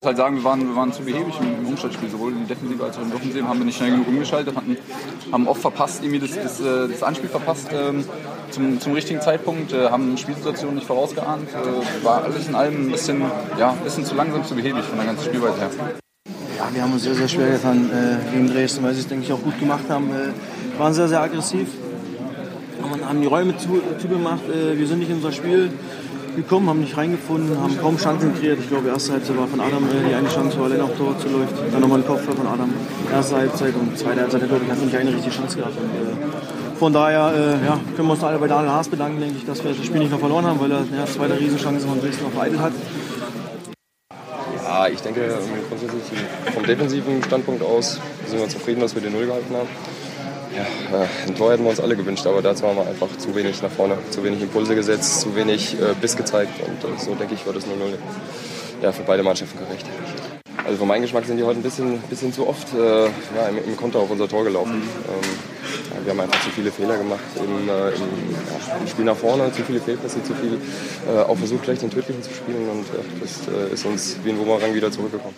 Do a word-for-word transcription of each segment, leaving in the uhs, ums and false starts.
Ich muss halt sagen, wir waren, wir waren zu behäbig im, im Umschaltspiel, sowohl in die Defensive als auch in die Offensive, haben wir nicht schnell genug umgeschaltet, hatten, haben oft verpasst, irgendwie das, das, das Anspiel verpasst ähm, zum, zum richtigen Zeitpunkt, äh, haben Spielsituationen nicht vorausgeahnt, äh, war alles in allem ein bisschen, ja, ein bisschen zu langsam, zu behäbig von der ganzen Spielweise her. Ja, wir haben uns sehr, sehr schwer getan äh, gegen Dresden, weil sie es, denke ich, auch gut gemacht haben. Äh, waren sehr, sehr aggressiv, haben, haben die Räume zu, zugemacht, äh, wir sind nicht in unser Spiel gekommen, haben nicht reingefunden, haben kaum Chancen kreiert. Ich glaube, die erste Halbzeit war von Adam äh, die eine Chance, wo allein auf Tor zuläuft. Dann nochmal ein Kopfball von Adam. Erste Halbzeit und zweite Halbzeit, glaube ich, hat nicht eine richtige Chance gehabt. Und, äh, von daher äh, ja, können wir uns alle bei Daniel Haas bedanken, denke ich, dass wir das Spiel nicht noch verloren haben, weil er ja, zwei der Riesenchancen von Dresden noch vereitelt hat. Ja, ich denke, grundsätzlich vom defensiven Standpunkt aus sind wir zufrieden, dass wir den Null gehalten haben. Ja, ein Tor hätten wir uns alle gewünscht, aber dazu haben wir einfach zu wenig nach vorne, zu wenig Impulse gesetzt, zu wenig äh, Biss gezeigt und äh, so denke ich, wird es null null ja, für beide Mannschaften gerecht. Also für meinen Geschmack sind die heute ein bisschen, bisschen zu oft äh, ja, im, im Konter auf unser Tor gelaufen. Mhm. Ähm, ja, wir haben einfach zu viele Fehler gemacht im, äh, im, ja, im Spiel nach vorne, zu viele Fehlpässe, zu viel äh, auch versucht, gleich den Tödlichen zu spielen und äh, das äh, ist uns wie ein Bumerang wieder zurückgekommen.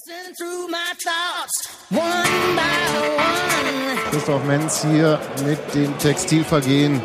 Christoph Menz hier mit dem Textilvergehen.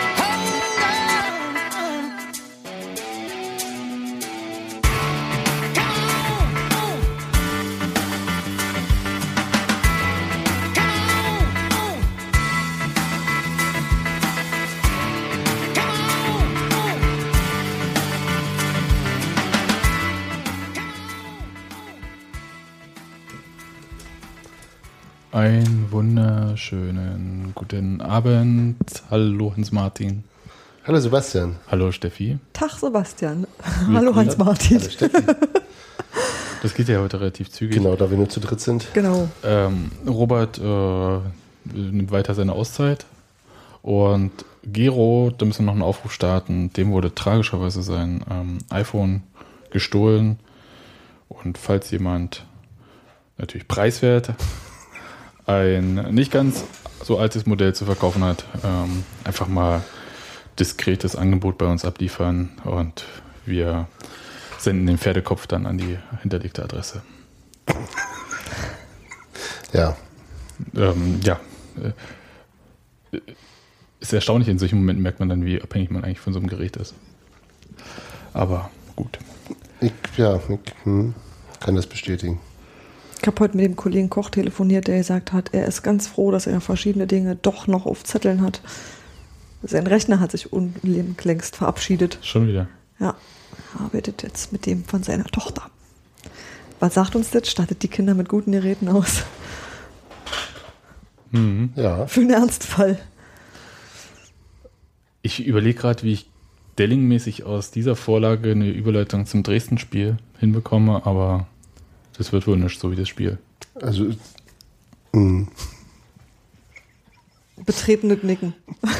Einen wunderschönen guten Abend. Hallo Hans-Martin. Hallo Sebastian. Hallo Steffi. Tag Sebastian. Hallo Hans-Martin. Hallo Steffi. Das geht ja heute relativ zügig. Genau, da wir nur zu dritt sind. Genau. Ähm, Robert äh, nimmt weiter seine Auszeit. Und Gero, da müssen wir noch einen Aufruf starten. Dem wurde tragischerweise sein ähm, iPhone gestohlen. Und falls jemand natürlich preiswert ein nicht ganz so altes Modell zu verkaufen hat, ähm, einfach mal diskretes Angebot bei uns abliefern und wir senden den Pferdekopf dann an die hinterlegte Adresse. Ja. Ähm, ja. Äh, ist erstaunlich, in solchen Momenten merkt man dann, wie abhängig man eigentlich von so einem Gerät ist. Aber gut. Ich, ja, ich hm, kann das bestätigen. Ich habe heute mit dem Kollegen Koch telefoniert, der gesagt hat, er ist ganz froh, dass er verschiedene Dinge doch noch auf Zetteln hat. Sein Rechner hat sich unlängst verabschiedet. Schon wieder? Ja, er arbeitet jetzt mit dem von seiner Tochter. Was sagt uns das? Stattet die Kinder mit guten Geräten aus? Mhm. Ja. Für einen Ernstfall. Ich überlege gerade, wie ich Delling-mäßig aus dieser Vorlage eine Überleitung zum Dresden-Spiel hinbekomme, aber das wird wohl nicht so wie das Spiel. Also, mh. Betretenes Nicken.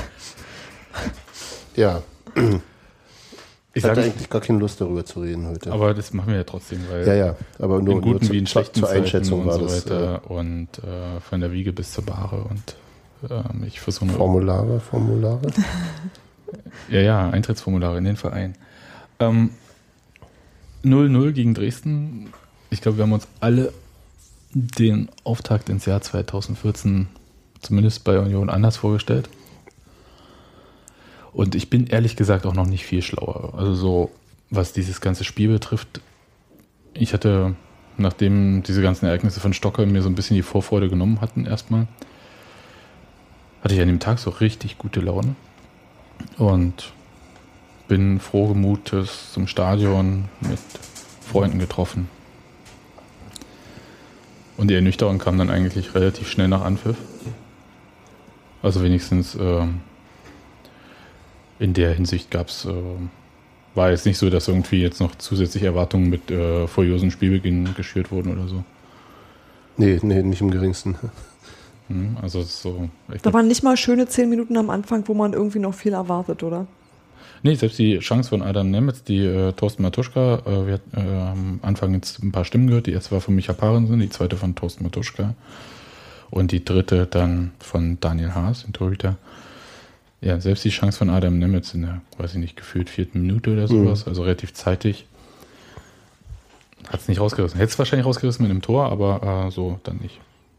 Ja. Ich hatte sage eigentlich gar keine Lust, darüber zu reden heute. Aber das machen wir ja trotzdem, weil ja, ja, aber nur, in guten nur zu, wie in schlechten zur Einschätzung Zeiten und war so das. weiter äh, und äh, von der Wiege bis zur Bahre und ähm, ich versuche Formulare, Formulare. ja, ja, Eintrittsformulare in den Verein. Ähm, null null gegen Dresden. Ich glaube, wir haben uns alle den Auftakt ins Jahr zweitausendvierzehn zumindest bei Union anders vorgestellt. Und ich bin ehrlich gesagt auch noch nicht viel schlauer. Also so, was dieses ganze Spiel betrifft. Ich hatte, nachdem diese ganzen Ereignisse von Stockholm mir so ein bisschen die Vorfreude genommen hatten erstmal, hatte ich an dem Tag so richtig gute Laune. Und bin frohen Mutes zum Stadion mit Freunden getroffen. Und die Ernüchterung kam dann eigentlich relativ schnell nach Anpfiff. Also wenigstens äh, in der Hinsicht gab es, äh, war jetzt nicht so, dass irgendwie jetzt noch zusätzliche Erwartungen mit äh, furiosen Spielbeginn geschürt wurden oder so. Nee, nee, nicht im geringsten. Hm, also so. Da waren nicht mal schöne zehn Minuten am Anfang, wo man irgendwie noch viel erwartet, oder? Nee, selbst die Chance von Adam Nemetz, die äh, Thorsten Matuschka, äh, wir äh, haben am Anfang jetzt ein paar Stimmen gehört. Die erste war von Micha Parensen, die zweite von Thorsten Matuschka und die dritte dann von Daniel Haas, dem Torhüter. Ja, selbst die Chance von Adam Nemetz in der, weiß ich nicht, gefühlt vierten Minute oder sowas, mhm. also relativ zeitig. Hat es nicht rausgerissen. Hätte es wahrscheinlich rausgerissen mit einem Tor, aber äh, so dann nicht.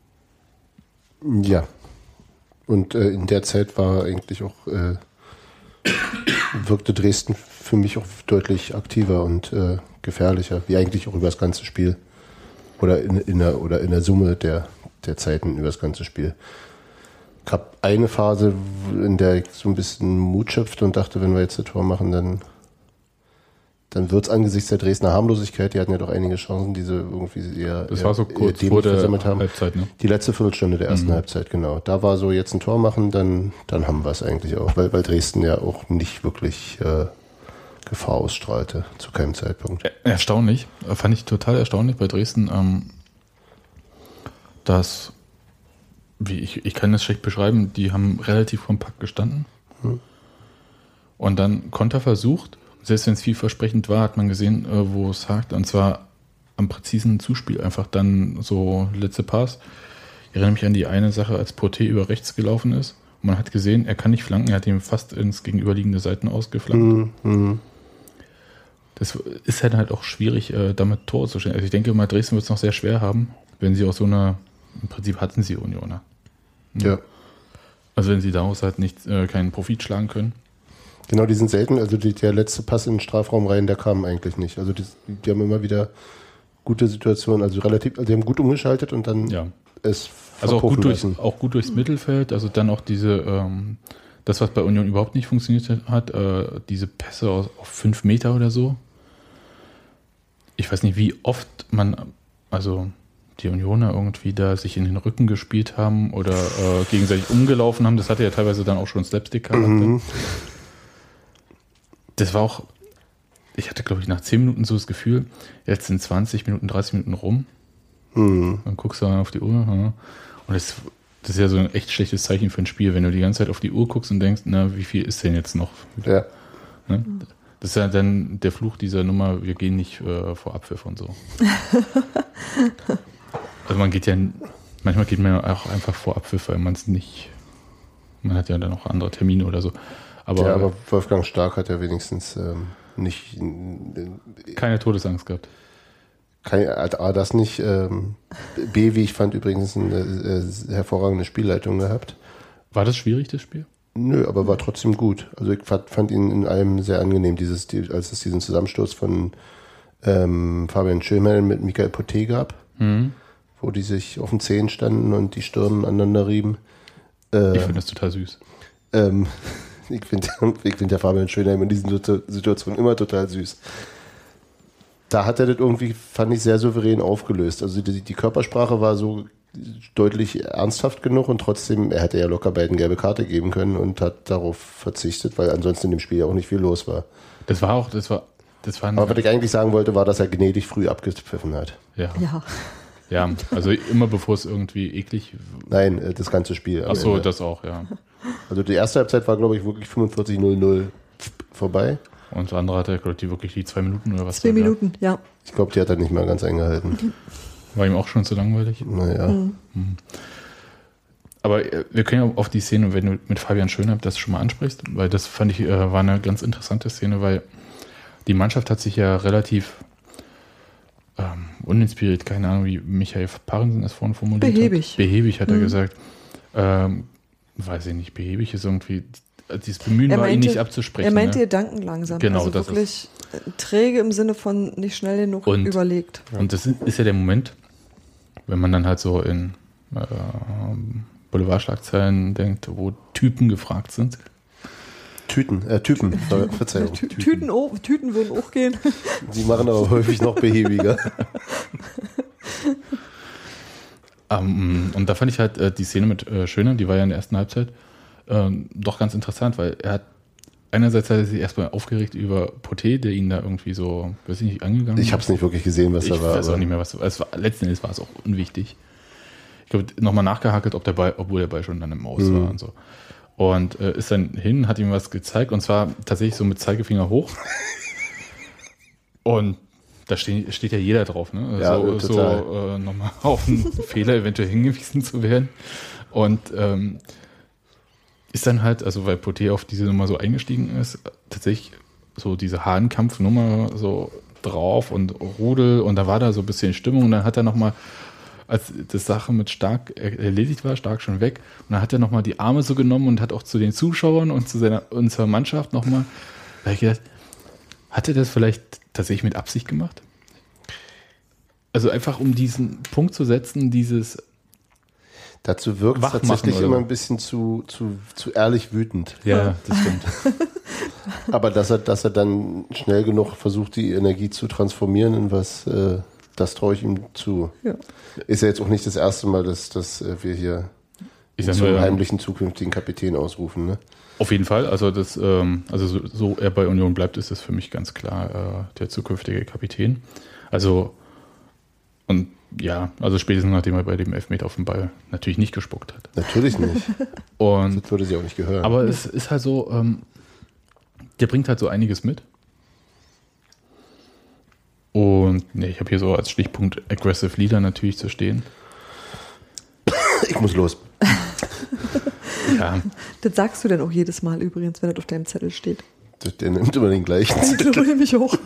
Ja. Und äh, in der Zeit war eigentlich auch, äh, wirkte Dresden für mich auch deutlich aktiver und äh, gefährlicher, wie eigentlich auch über das ganze Spiel. Oder in, in, der, oder in der Summe der, der Zeiten über das ganze Spiel. Ich habe eine Phase, in der ich so ein bisschen Mut schöpfte und dachte, wenn wir jetzt ein Tor machen, dann, dann wird es angesichts der Dresdner Harmlosigkeit, die hatten ja doch einige Chancen, die sie irgendwie eher, Das eher, war so kurz vor der Halbzeit, ne? Die letzte Viertelstunde der ersten mhm. Halbzeit, genau. Da war so, jetzt ein Tor machen, dann, dann haben wir es eigentlich auch, weil, weil Dresden ja auch nicht wirklich äh, Gefahr ausstrahlte, zu keinem Zeitpunkt. Erstaunlich, fand ich total erstaunlich bei Dresden, ähm, dass, wie ich, ich kann das schlecht beschreiben, die haben relativ kompakt gestanden hm. und dann Konter versucht, selbst wenn es vielversprechend war, hat man gesehen, äh, wo es hakt, und zwar am präzisen Zuspiel, einfach dann so letzte Pass. Ich erinnere mich an die eine Sache, als Porté über rechts gelaufen ist, und man hat gesehen, er kann nicht flanken, er hat ihm fast ins gegenüberliegende Seiten ausgeflankt. Hm. Das ist halt halt auch schwierig, äh, damit Tore zu stellen. Also ich denke mal, Dresden wird es noch sehr schwer haben, wenn sie aus so einer, im Prinzip hatten sie Unioner. Ja. ja. Also wenn sie daraus halt nicht äh, keinen Profit schlagen können. Genau, die sind selten. Also die, der letzte Pass in den Strafraum rein, der kam eigentlich nicht. Also die, die haben immer wieder gute Situationen, also relativ, also die haben gut umgeschaltet und dann ja. es also auch gut, durch, auch gut durchs Mittelfeld, also dann auch diese, ähm, das, was bei Union überhaupt nicht funktioniert hat, äh, diese Pässe auf, auf fünf Meter oder so. Ich weiß nicht, wie oft man, also die Unioner irgendwie da sich in den Rücken gespielt haben oder äh, gegenseitig umgelaufen haben. Das hatte ja teilweise dann auch schon Slapstick-Charakter. Mhm. Das war auch, ich hatte glaube ich nach zehn Minuten so das Gefühl, jetzt sind zwanzig Minuten, dreißig Minuten rum. Mhm. Dann guckst du dann auf die Uhr. Ja. Und das, das ist ja so ein echt schlechtes Zeichen für ein Spiel, wenn du die ganze Zeit auf die Uhr guckst und denkst, na, wie viel ist denn jetzt noch? Ja. Ne? Das ist ja dann der Fluch dieser Nummer, wir gehen nicht äh, vor Abpfiff und so. Also man geht ja, manchmal geht man ja auch einfach vor Abpfiff, weil man es nicht, man hat ja dann auch andere Termine oder so. Aber, ja, aber Wolfgang Stark hat ja wenigstens ähm, nicht... Äh, keine Todesangst gehabt. Kein, A, das nicht. Ähm, B, wie ich fand, übrigens eine äh, hervorragende Spielleitung gehabt. War das schwierig, das Spiel? Nö, aber war trotzdem gut. Also ich fand, fand ihn in allem sehr angenehm, dieses, als es diesen Zusammenstoß von ähm, Fabian Schönmann mit Michael Porté gab, mhm. wo die sich auf den Zehen standen und die Stirnen aneinander rieben. Äh, ich finde das total süß. Ähm, ich finde ich find ja Fabian Schönheim in diesen Situationen immer total süß. Da hat er das irgendwie, fand ich, sehr souverän aufgelöst. Also die, die Körpersprache war so deutlich ernsthaft genug und trotzdem, er hätte ja locker beiden gelbe Karte geben können und hat darauf verzichtet, weil ansonsten in dem Spiel ja auch nicht viel los war. Das war auch, das war, das war. Aber was ich eigentlich sagen wollte, war, dass er gnädig früh abgepfiffen hat. Ja. Ja. Ja, also immer bevor es irgendwie eklig... Nein, das ganze Spiel. Ach so, das auch, ja. Also die erste Halbzeit war, glaube ich, wirklich fünfundvierzig null null vorbei. Und der andere hatte, glaube ich, die wirklich die zwei Minuten oder was? Zwei Minuten, ja. Ich glaube, die hat er nicht mal ganz eingehalten. War ihm auch schon zu langweilig? Naja. Mhm. Mhm. Aber wir können ja auf die Szene, wenn du mit Fabian Schönheim das schon mal ansprichst, weil das fand ich, war eine ganz interessante Szene, weil die Mannschaft hat sich ja relativ ähm, uninspiriert, keine Ahnung, wie Michael Parensen es vorhin formuliert behäbig. hat. Behäbig, hat mhm. er gesagt. Ähm, weiß ich nicht, behäbig ist irgendwie, dieses Bemühen er war meinte, ihn nicht abzusprechen. Er meinte ne? ihr Danken langsam. Genau, also das wirklich ist träge im Sinne von nicht schnell genug und, überlegt. Und das ist ja der Moment, wenn man dann halt so in äh, Boulevardschlagzeilen denkt, wo Typen gefragt sind. Tüten, äh, Typen, Ver- Verzeihung. Tü- Tüten, Tüten, oh, Tüten würden auch gehen. Die machen aber häufig noch behäbiger. um, und da fand ich halt äh, die Szene mit äh, Schöner, die war ja in der ersten Halbzeit, äh, doch ganz interessant, weil er hat einerseits hat er sich erstmal aufgeregt über Porté, der ihn da irgendwie so, weiß ich nicht, angegangen Ich habe es nicht wirklich gesehen, was da war. Ich weiß auch nicht mehr, was es war. Letzten Endes war es auch unwichtig. Ich glaube, nochmal nachgehakelt, ob der Ball, obwohl der Ball schon dann im Aus mhm. war und so. Und äh, ist dann hin, hat ihm was gezeigt und zwar tatsächlich so mit Zeigefinger hoch. Und da steht, steht ja jeder drauf, ne? Ja, so total. so äh, nochmal auf einen Fehler eventuell hingewiesen zu werden. Und ähm, ist dann halt, also weil Porté auf diese Nummer so eingestiegen ist, tatsächlich so diese Hahnkampfnummer so drauf und Rudel und da war da so ein bisschen Stimmung und dann hat er nochmal, als die Sache mit Stark erledigt war, Stark schon weg, und dann hat er nochmal die Arme so genommen und hat auch zu den Zuschauern und zu seiner unserer Mannschaft nochmal, da habe ich gedacht, hat er das vielleicht tatsächlich mit Absicht gemacht? Also einfach um diesen Punkt zu setzen, dieses Dazu wirkt es tatsächlich immer ein bisschen zu, zu, zu ehrlich wütend. Ja, das stimmt. Aber dass er, dass er dann schnell genug versucht, die Energie zu transformieren in was, äh, das traue ich ihm zu. Ja. Ist ja jetzt auch nicht das erste Mal, dass, dass wir hier ich zum mal, heimlichen zukünftigen Kapitän ausrufen. Ne? Auf jeden Fall. Also, das, ähm, also so, so er bei Union bleibt, ist das für mich ganz klar äh, der zukünftige Kapitän. Also und ja, also spätestens nachdem er bei dem Elfmeter auf den Ball natürlich nicht gespuckt hat. Natürlich nicht. Und das würde sie auch nicht gehören. Aber es ist halt so, ähm, der bringt halt so einiges mit. Und ne, ich habe hier so als Stichpunkt Aggressive Leader natürlich zu stehen. Ich muss los. Ja. Das sagst du dann auch jedes Mal übrigens, wenn das auf deinem Zettel steht. Der nimmt immer den gleichen Zettel. Ich glaube nämlich auch.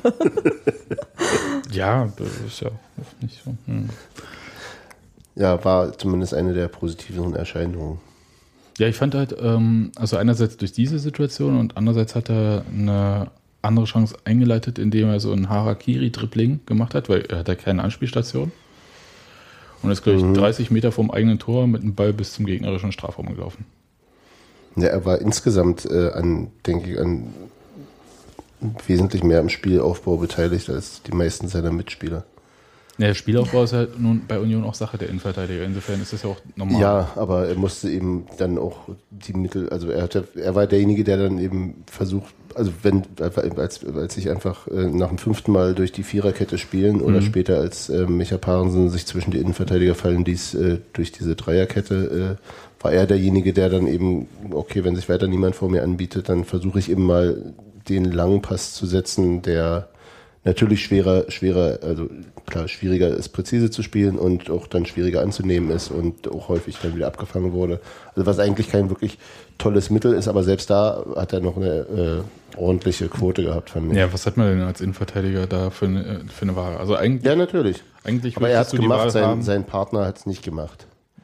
Ja, das ist ja nicht so. Hm. Ja, war zumindest eine der positiveren Erscheinungen. Ja, ich fand halt, ähm, also einerseits durch diese Situation und andererseits hat er eine andere Chance eingeleitet, indem er so ein Harakiri-Dribbling gemacht hat, weil er hat ja keine Anspielstation. Und ist, glaube ich, mhm. dreißig Meter vom eigenen Tor mit dem Ball bis zum gegnerischen Strafraum gelaufen. Ja, er war insgesamt äh, an, denke ich, an wesentlich mehr am Spielaufbau beteiligt als die meisten seiner Mitspieler. Ja, der Spielaufbau ist halt nun bei Union auch Sache der Innenverteidiger. Insofern ist das ja auch normal. Ja, aber er musste eben dann auch die Mittel, also er hatte, er war derjenige, der dann eben versucht, also wenn, als, als ich einfach äh, nach dem fünften Mal durch die Viererkette spielen oder mhm. später als äh, Micha Parensen sich zwischen die Innenverteidiger fallen ließ, äh, durch diese Dreierkette, äh, war er derjenige, der dann eben, okay, wenn sich weiter niemand vor mir anbietet, dann versuche ich eben mal den langen Pass zu setzen, der natürlich schwerer, schwerer, also klar, schwieriger ist, präzise zu spielen und auch dann schwieriger anzunehmen ist und auch häufig dann wieder abgefangen wurde. Also was eigentlich kein wirklich tolles Mittel ist, aber selbst da hat er noch eine äh, ordentliche Quote gehabt, fand ich. Ja, was hat man denn als Innenverteidiger da für eine, für eine Ware? Also eigentlich, ja, natürlich. Eigentlich aber er hat es gemacht, sein, sein Partner hat es nicht gemacht.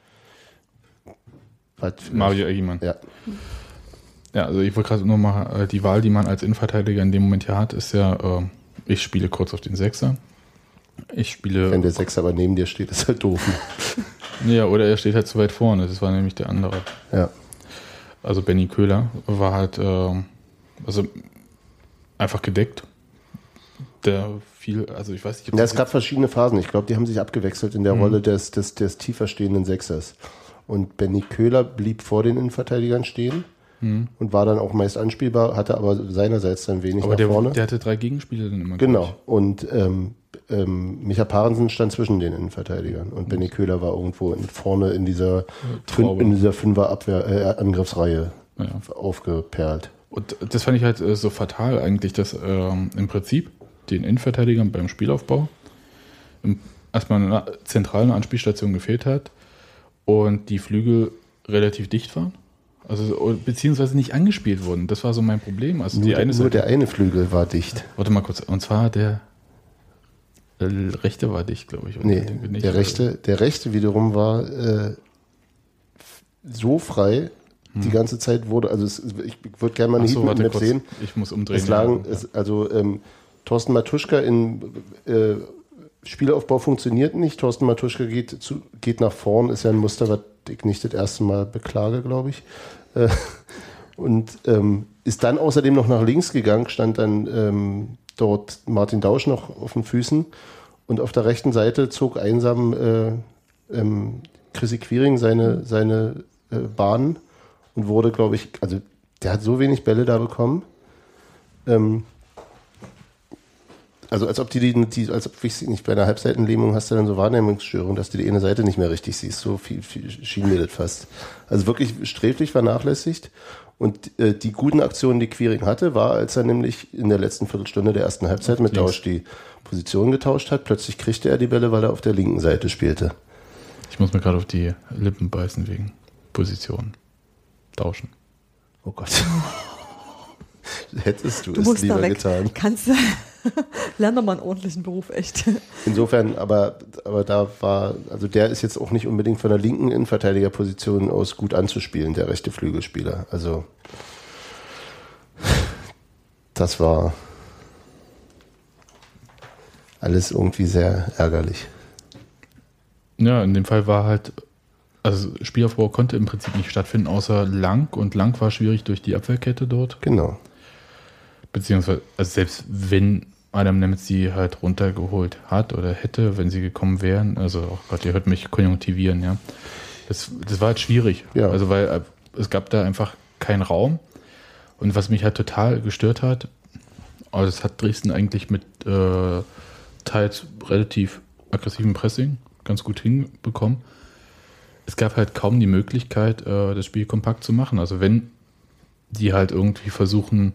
Mario Egimann. Ja. Ja, also ich wollte gerade nur mal, äh, die Wahl, die man als Innenverteidiger in dem Moment ja hat, ist ja, äh, ich spiele kurz auf den Sechser. Ich spiele. Wenn der Sechser aber neben dir steht, ist halt doof. Ja, oder er steht halt zu weit vorne, das war nämlich der andere. Ja. Also Benny Köhler war halt, äh, also einfach gedeckt. Der viel, also ich weiß nicht. Ja, es gab verschiedene Phasen. Ich glaube, die haben sich abgewechselt in der mhm. Rolle des, des, des tiefer stehenden Sechsers. Und Benny Köhler blieb vor den Innenverteidigern stehen mhm. und war dann auch meist anspielbar, hatte aber seinerseits dann wenig aber nach der, vorne. Der hatte drei Gegenspieler dann immer. Genau. Und ähm, ähm, Micha Parensen stand zwischen den Innenverteidigern und mhm. Benny Köhler war irgendwo in, vorne in dieser, fün- in dieser Fünfer-Abwehr, äh, Angriffsreihe ja. aufgeperlt. Und das fand ich halt äh, so fatal eigentlich, dass ähm, im Prinzip den Innenverteidigern beim Spielaufbau im, erstmal eine zentrale Anspielstation gefehlt hat und die Flügel relativ dicht waren. Also beziehungsweise nicht angespielt wurden. Das war so mein Problem. Also nur die der, eine nur Seite, der eine Flügel war dicht. Warte mal kurz. Und zwar der, der rechte war dicht, glaube ich. Nee, nicht, der, rechte, der rechte wiederum war äh, so frei, hm. die ganze Zeit wurde, also es, ich würde gerne mal eine so, Heatmap kurz, sehen. Ich muss umdrehen. Es lagen, ja. es, also ähm, Thorsten Matuschka in äh, Spielaufbau funktioniert nicht. Thorsten Matuschka geht, zu, geht nach vorn, ist ja ein Muster, was ich nicht das erste Mal beklage, glaube ich. Äh, und ähm, ist dann außerdem noch nach links gegangen, stand dann ähm, dort Martin Dausch noch auf den Füßen und auf der rechten Seite zog einsam äh, ähm, Chrissy Quiring seine, seine äh, Bahn und wurde, glaube ich, also der hat so wenig Bälle da bekommen. Ähm, Also als ob die, die, die als ob ich nicht bei einer Halbseitenlähmung hast du dann so Wahrnehmungsstörung, dass du die eine Seite nicht mehr richtig siehst. So viel, viel schien mir das fast. Also wirklich sträflich vernachlässigt. Und äh, die guten Aktionen, die Quiring hatte, war, als er nämlich in der letzten Viertelstunde der ersten Halbzeit mit Dausch die Position getauscht hat. Plötzlich kriegte er die Bälle, weil er auf der linken Seite spielte. Ich muss mir gerade auf die Lippen beißen wegen Position. Tauschen. Oh Gott. Hättest du, du es musst lieber da weg. getan. Kannst du... Lern doch mal einen ordentlichen Beruf, echt. Insofern, aber, aber da war, also der ist jetzt auch nicht unbedingt von der linken Innenverteidigerposition aus gut anzuspielen, der rechte Flügelspieler. Also das war alles irgendwie sehr ärgerlich. Ja, in dem Fall war halt, also Spielaufbau konnte im Prinzip nicht stattfinden, außer lang. Und lang war schwierig durch die Abwehrkette dort. Genau. Beziehungsweise, also selbst wenn Adam Nemitz sie halt runtergeholt hat oder hätte, wenn sie gekommen wären, also, oh Gott, ihr hört mich konjunktivieren, ja. Das, das war halt schwierig. Ja. Also, weil äh, es gab da einfach keinen Raum. Und was mich halt total gestört hat, aber das hat Dresden eigentlich mit äh, teils relativ aggressivem Pressing ganz gut hinbekommen. Es gab halt kaum die Möglichkeit, äh, das Spiel kompakt zu machen. Also wenn die halt irgendwie versuchen,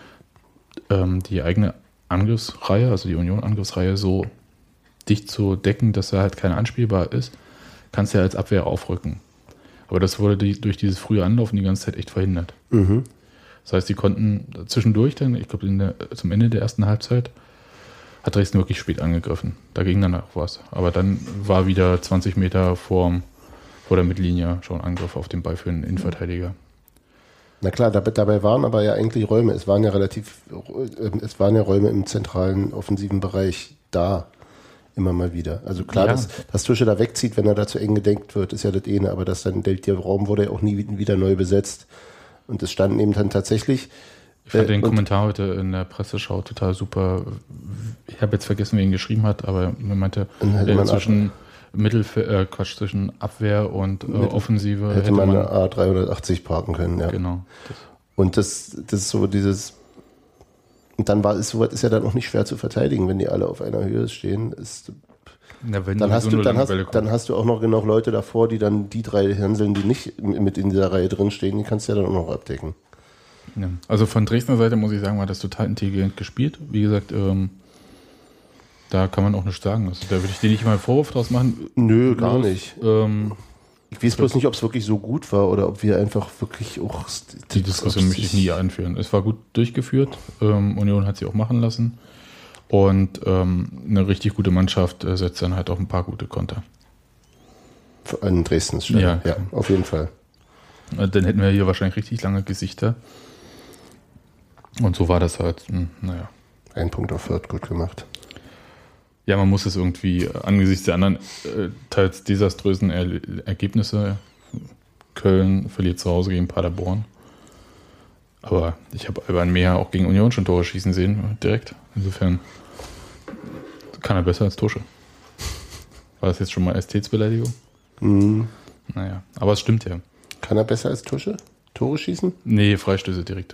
ähm, die eigene Angriffsreihe, also die Union-Angriffsreihe so dicht zu decken, dass er halt keiner anspielbar ist, kannst du ja als Abwehr aufrücken. Aber das wurde die, durch dieses frühe Anlaufen die ganze Zeit echt verhindert. Mhm. Das heißt, die konnten zwischendurch dann, ich glaube zum Ende der ersten Halbzeit, hat Dresden wirklich spät angegriffen. Da ging dann auch was. Aber dann war wieder zwanzig Meter vor, vor der Mittellinie schon Angriff auf den Ball für einen Innenverteidiger. Na klar, dabei, dabei waren aber ja eigentlich Räume. Es waren ja relativ, äh, es waren ja Räume im zentralen offensiven Bereich da. Immer mal wieder. Also klar, Ja. dass, dass Tusche da wegzieht, wenn er da zu eng gedenkt wird, ist ja das eine. Aber dass dann der, der Raum wurde ja auch nie wieder neu besetzt. Und es standen eben dann tatsächlich. Ich fand äh, den und- Kommentar heute in der Presseschau total super. Ich habe jetzt vergessen, wer ihn geschrieben hat, aber mir meinte, Dann hätte äh, man zwischen Mittelf äh, Quatsch, zwischen Abwehr und äh, Mittel- Offensive hätte man eine A dreihundertachtzig parken können, ja. genau. Das, Und das, das ist so dieses. Und dann war es so weit, ist ja dann auch nicht schwer zu verteidigen, wenn die alle auf einer Höhe stehen. Ist, na, wenn dann, die hast so du, nur dann, lange hast, Bälle kommen. dann hast du auch noch genug Leute davor, die dann die drei Hänseln, die nicht mit in dieser Reihe drin stehen, die kannst du ja dann auch noch abdecken. Ja. Also von Dresdner Seite muss ich sagen, war das total intelligent gespielt. Wie gesagt, ähm, da kann man auch nichts sagen. Also da würde ich dir nicht mal einen Vorwurf draus machen. Nö, gar Bloß, nicht. Ähm, Ich weiß bloß nicht, ob es wirklich so gut war oder ob wir einfach wirklich auch. die Diskussion möchte ich nie anführen. Es war gut durchgeführt. Ähm, Union hat sie auch machen lassen. Und ähm, eine richtig gute Mannschaft äh, setzt dann halt auch ein paar gute Konter. An Dresdens Stelle. Ja. Ja, auf jeden Fall. Äh, Dann hätten wir hier wahrscheinlich richtig lange Gesichter. Und so war das halt, hm, naja. Ein Punkt auf Fürth, gut gemacht. Ja, man muss es irgendwie äh, angesichts der anderen äh, teils desaströsen er Ergebnisse, Köln verliert zu Hause gegen Paderborn. Aber ich habe Alban Mehr auch gegen Union schon Tore schießen sehen, direkt. Insofern kann er besser als Tusche. War das jetzt schon mal Ästhetsbeleidigung? Mhm. Naja, aber es stimmt ja. Kann er besser als Tusche? Tore schießen? Nee, Freistöße direkte.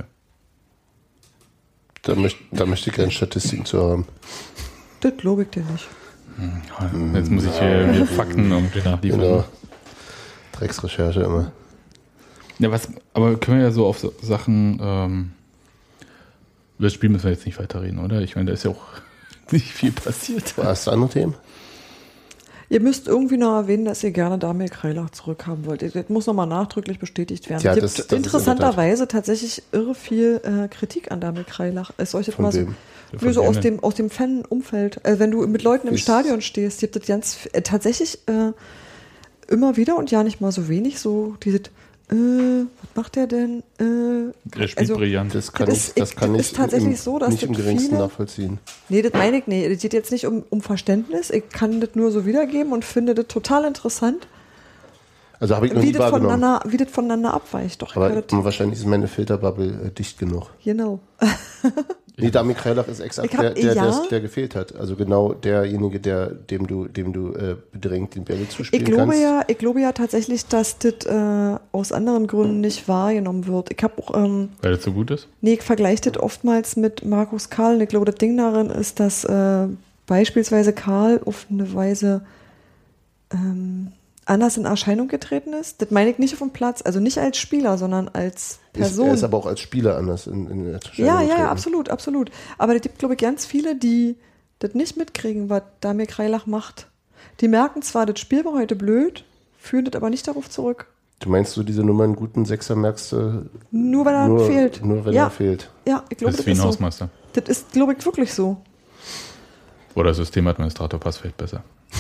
Da, möcht, da möchte ich gerne Statistiken zu haben. Das glaube ich dir nicht. Jetzt muss ich hier mir Fakten irgendwie nachliefern. Genau. Drecksrecherche immer. Ja, was, aber können wir ja so auf so Sachen, ähm, über das Spiel müssen wir jetzt nicht weiterreden, oder? Ich meine, da ist ja auch nicht viel passiert. Hast du andere Themen? Ihr müsst irgendwie noch erwähnen, dass ihr gerne Damir Kreilach zurückhaben wollt. Das muss nochmal nachdrücklich bestätigt werden. Tja, es das- gibt das ist interessanterweise tatsächlich irre viel äh, Kritik an Damir Kreilach. Ist euch das Von mal so, wem? Ja, wie so von aus wem dem, aus dem Fan-Umfeld. Äh, wenn du mit Leuten im Ist- Stadion stehst, gibt es ganz äh, tatsächlich äh, immer wieder und ja nicht mal so wenig so dieses, äh, was macht der denn? Äh, Er spielt also, brillant. Das kann Das ich, ist- das kann das ich ist tatsächlich im, so, dass nicht im das geringsten viele- nachvollziehen. Nee, das meine ich nicht. Es geht jetzt nicht um, um Verständnis. Ich kann das nur so wiedergeben und finde das total interessant, Also habe ich noch wie nie das, wahrgenommen. voneinander, wie das voneinander abweicht. Doch, Aber ich kann das, wahrscheinlich ist meine Filterbubble äh, dicht genug. genau. Nee, Damir Kreilach ist exakt Ich hab- der, der, ja. der, der gefehlt hat. Also genau derjenige, der, dem du, dem du äh, bedrängt den Bälle Ich zuspielen glaube, kannst. ja, ich glaube ja tatsächlich, dass das äh, aus anderen Gründen nicht wahrgenommen wird. Ich habe auch, ähm, Weil das so gut ist? nee, ich vergleiche das oftmals mit Markus Karl. Und ich glaube, das Ding darin ist, dass äh, beispielsweise Karl auf eine Weise ähm, anders in Erscheinung getreten ist. Das meine ich nicht auf dem Platz, also nicht als Spieler, sondern als Ist, Person. er ist aber auch als Spieler anders in, in der Erscheinung Ja, ja, ja, getreten. absolut, absolut. Aber es gibt, glaube ich, ganz viele, die das nicht mitkriegen, was Damir Kreilach macht. Die merken zwar, das Spiel war heute blöd, führen das aber nicht darauf zurück. Du meinst, du diese Nummer einen guten Sechser merkst du Nur wenn er nur, fehlt. nur wenn ja, er fehlt. ja, ich glaube, Das das, ist wie ein ist so. Hausmeister. Das ist, glaube ich, wirklich so. Oder Systemadministrator passt vielleicht besser.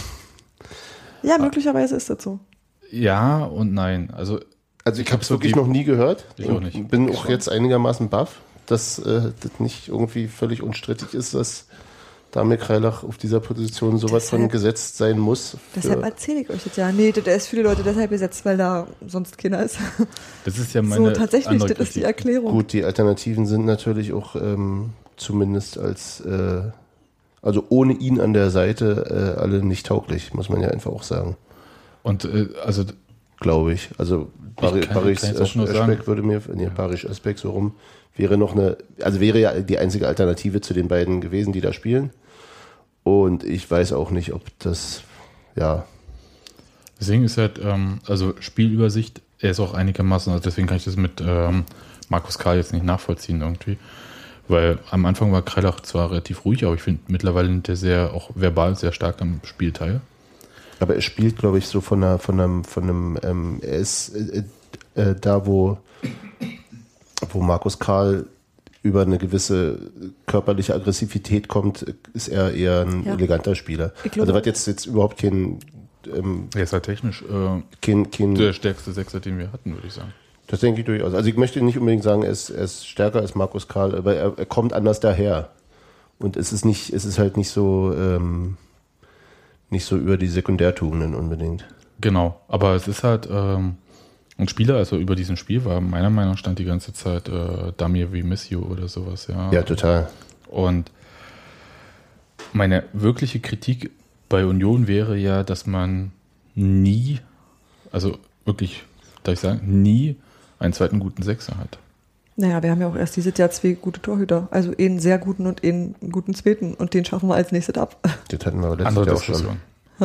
Ja, möglicherweise ist das so. Ja und nein. Also, Also ich Ich habe hab es so wirklich die- noch nie gehört. Ich auch nicht. Bin auch jetzt einigermaßen baff, dass äh, das nicht irgendwie völlig unstrittig ist, dass Damir Kreilach auf dieser Position sowas von Deshalb- gesetzt sein muss. Deshalb Für, erzähle ich euch das ja. Nee, das ist für die Leute deshalb besetzt, weil da sonst keiner ist. das ist ja So, meine tatsächlich, andere das ist die Kritik. Erklärung. gut, die Alternativen sind natürlich auch ähm, zumindest als, äh, also ohne ihn an der Seite äh, alle nicht tauglich, muss man ja einfach auch sagen, Und äh, also glaube ich. Also Bari, kann- Baris kann jetzt auch nur Özbek sagen- würde mir, nee, Baris Özbek so rum, wäre noch eine, also wäre ja die einzige Alternative zu den beiden gewesen, die da spielen. Und ich weiß auch nicht, ob das, ja, deswegen ist halt, ähm, also Spielübersicht, er ist auch einigermaßen, also deswegen kann ich das mit ähm, Markus Karl jetzt nicht nachvollziehen irgendwie. Weil am Anfang war Kreilach zwar relativ ruhig, aber ich finde mittlerweile nimmt er sehr, auch verbal sehr stark am Spiel teil. aber er spielt, glaube ich, so von einer, von einem, von einem, ähm, er ist äh, äh, da, wo, wo Markus Karl über eine gewisse körperliche Aggressivität kommt, ist er eher ein Ja. eleganter Spieler. Ich glaube- Also was jetzt, jetzt überhaupt kein, ähm, Er ist halt technisch äh, kein, kein der stärkste Sechser, den wir hatten, würde ich sagen. das denke ich durchaus. Also ich möchte nicht unbedingt sagen, er ist, er ist stärker als Markus Karl, aber er, er kommt anders daher. Und es ist nicht, es ist halt nicht so, ähm, nicht so über die Sekundärtugenden unbedingt. Genau, aber es ist halt ähm, ein Spieler, also über diesem Spiel war meiner Meinung nach stand die ganze Zeit äh, Damir We Miss You oder sowas, ja. Ja, total. Und meine wirkliche Kritik bei Union wäre ja, dass man nie, also wirklich, darf ich sagen, nie einen zweiten guten Sechser hat. Naja, wir haben ja auch erst dieses Jahr zwei gute Torhüter. Also einen sehr guten und einen guten zweiten. Und den schaffen wir als nächstes ab. Das hatten wir aber letztes Andere Jahr auch schon. Diskussion.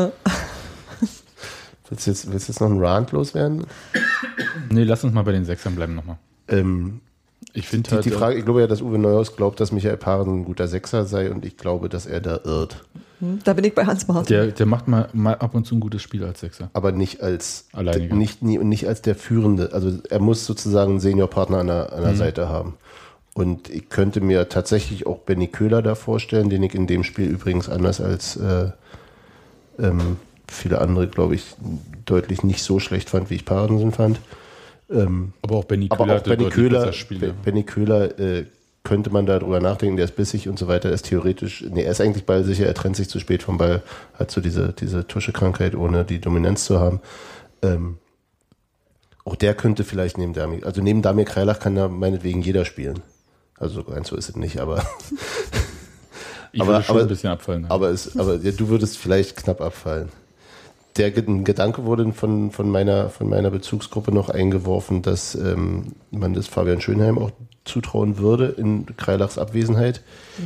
Willst du jetzt, willst du jetzt noch einen Rant loswerden? Nee, lass uns mal bei den Sechsern bleiben nochmal. Ähm, Ich finde die, halt, die Frage, ich glaube ja, dass Uwe Neuhaus glaubt, dass Michael Paaren ein guter Sechser sei und ich glaube, dass er da irrt. Hm, Da bin ich bei Hans Martin. der, der macht mal, mal ab und zu ein gutes Spiel als Sechser. Aber nicht als Alleiniger. nicht, nie, nicht als der Führende. Also er muss sozusagen einen Seniorpartner an der, an der Seite haben. Und ich könnte mir tatsächlich auch Benny Köhler da vorstellen, den ich in dem Spiel übrigens anders als äh, ähm, viele andere, glaube ich, deutlich nicht so schlecht fand, wie ich Parensen fand. Ähm, Aber auch Benny aber Köhler auch hatte Benny deutlich Köhler, besser Spiele. Be- Benny Köhler äh, könnte man darüber nachdenken, der ist bissig und so weiter, er ist theoretisch, nee, er ist eigentlich ballsicher, er trennt sich zu spät vom Ball, hat so diese, diese Tuschekrankheit, ohne die Dominanz zu haben. Ähm, auch der könnte vielleicht neben Damir, also neben Damir Kreilach kann da meinetwegen jeder spielen. Also so, so ist es nicht, aber Ich aber- würde schon aber- ein bisschen abfallen. aber, es, aber ja, du würdest vielleicht knapp abfallen. Der Ge- ein Gedanke wurde von, von, meiner, von meiner Bezugsgruppe noch eingeworfen, dass ähm, man das Fabian Schönheim auch zutrauen würde in Kreilachs Abwesenheit.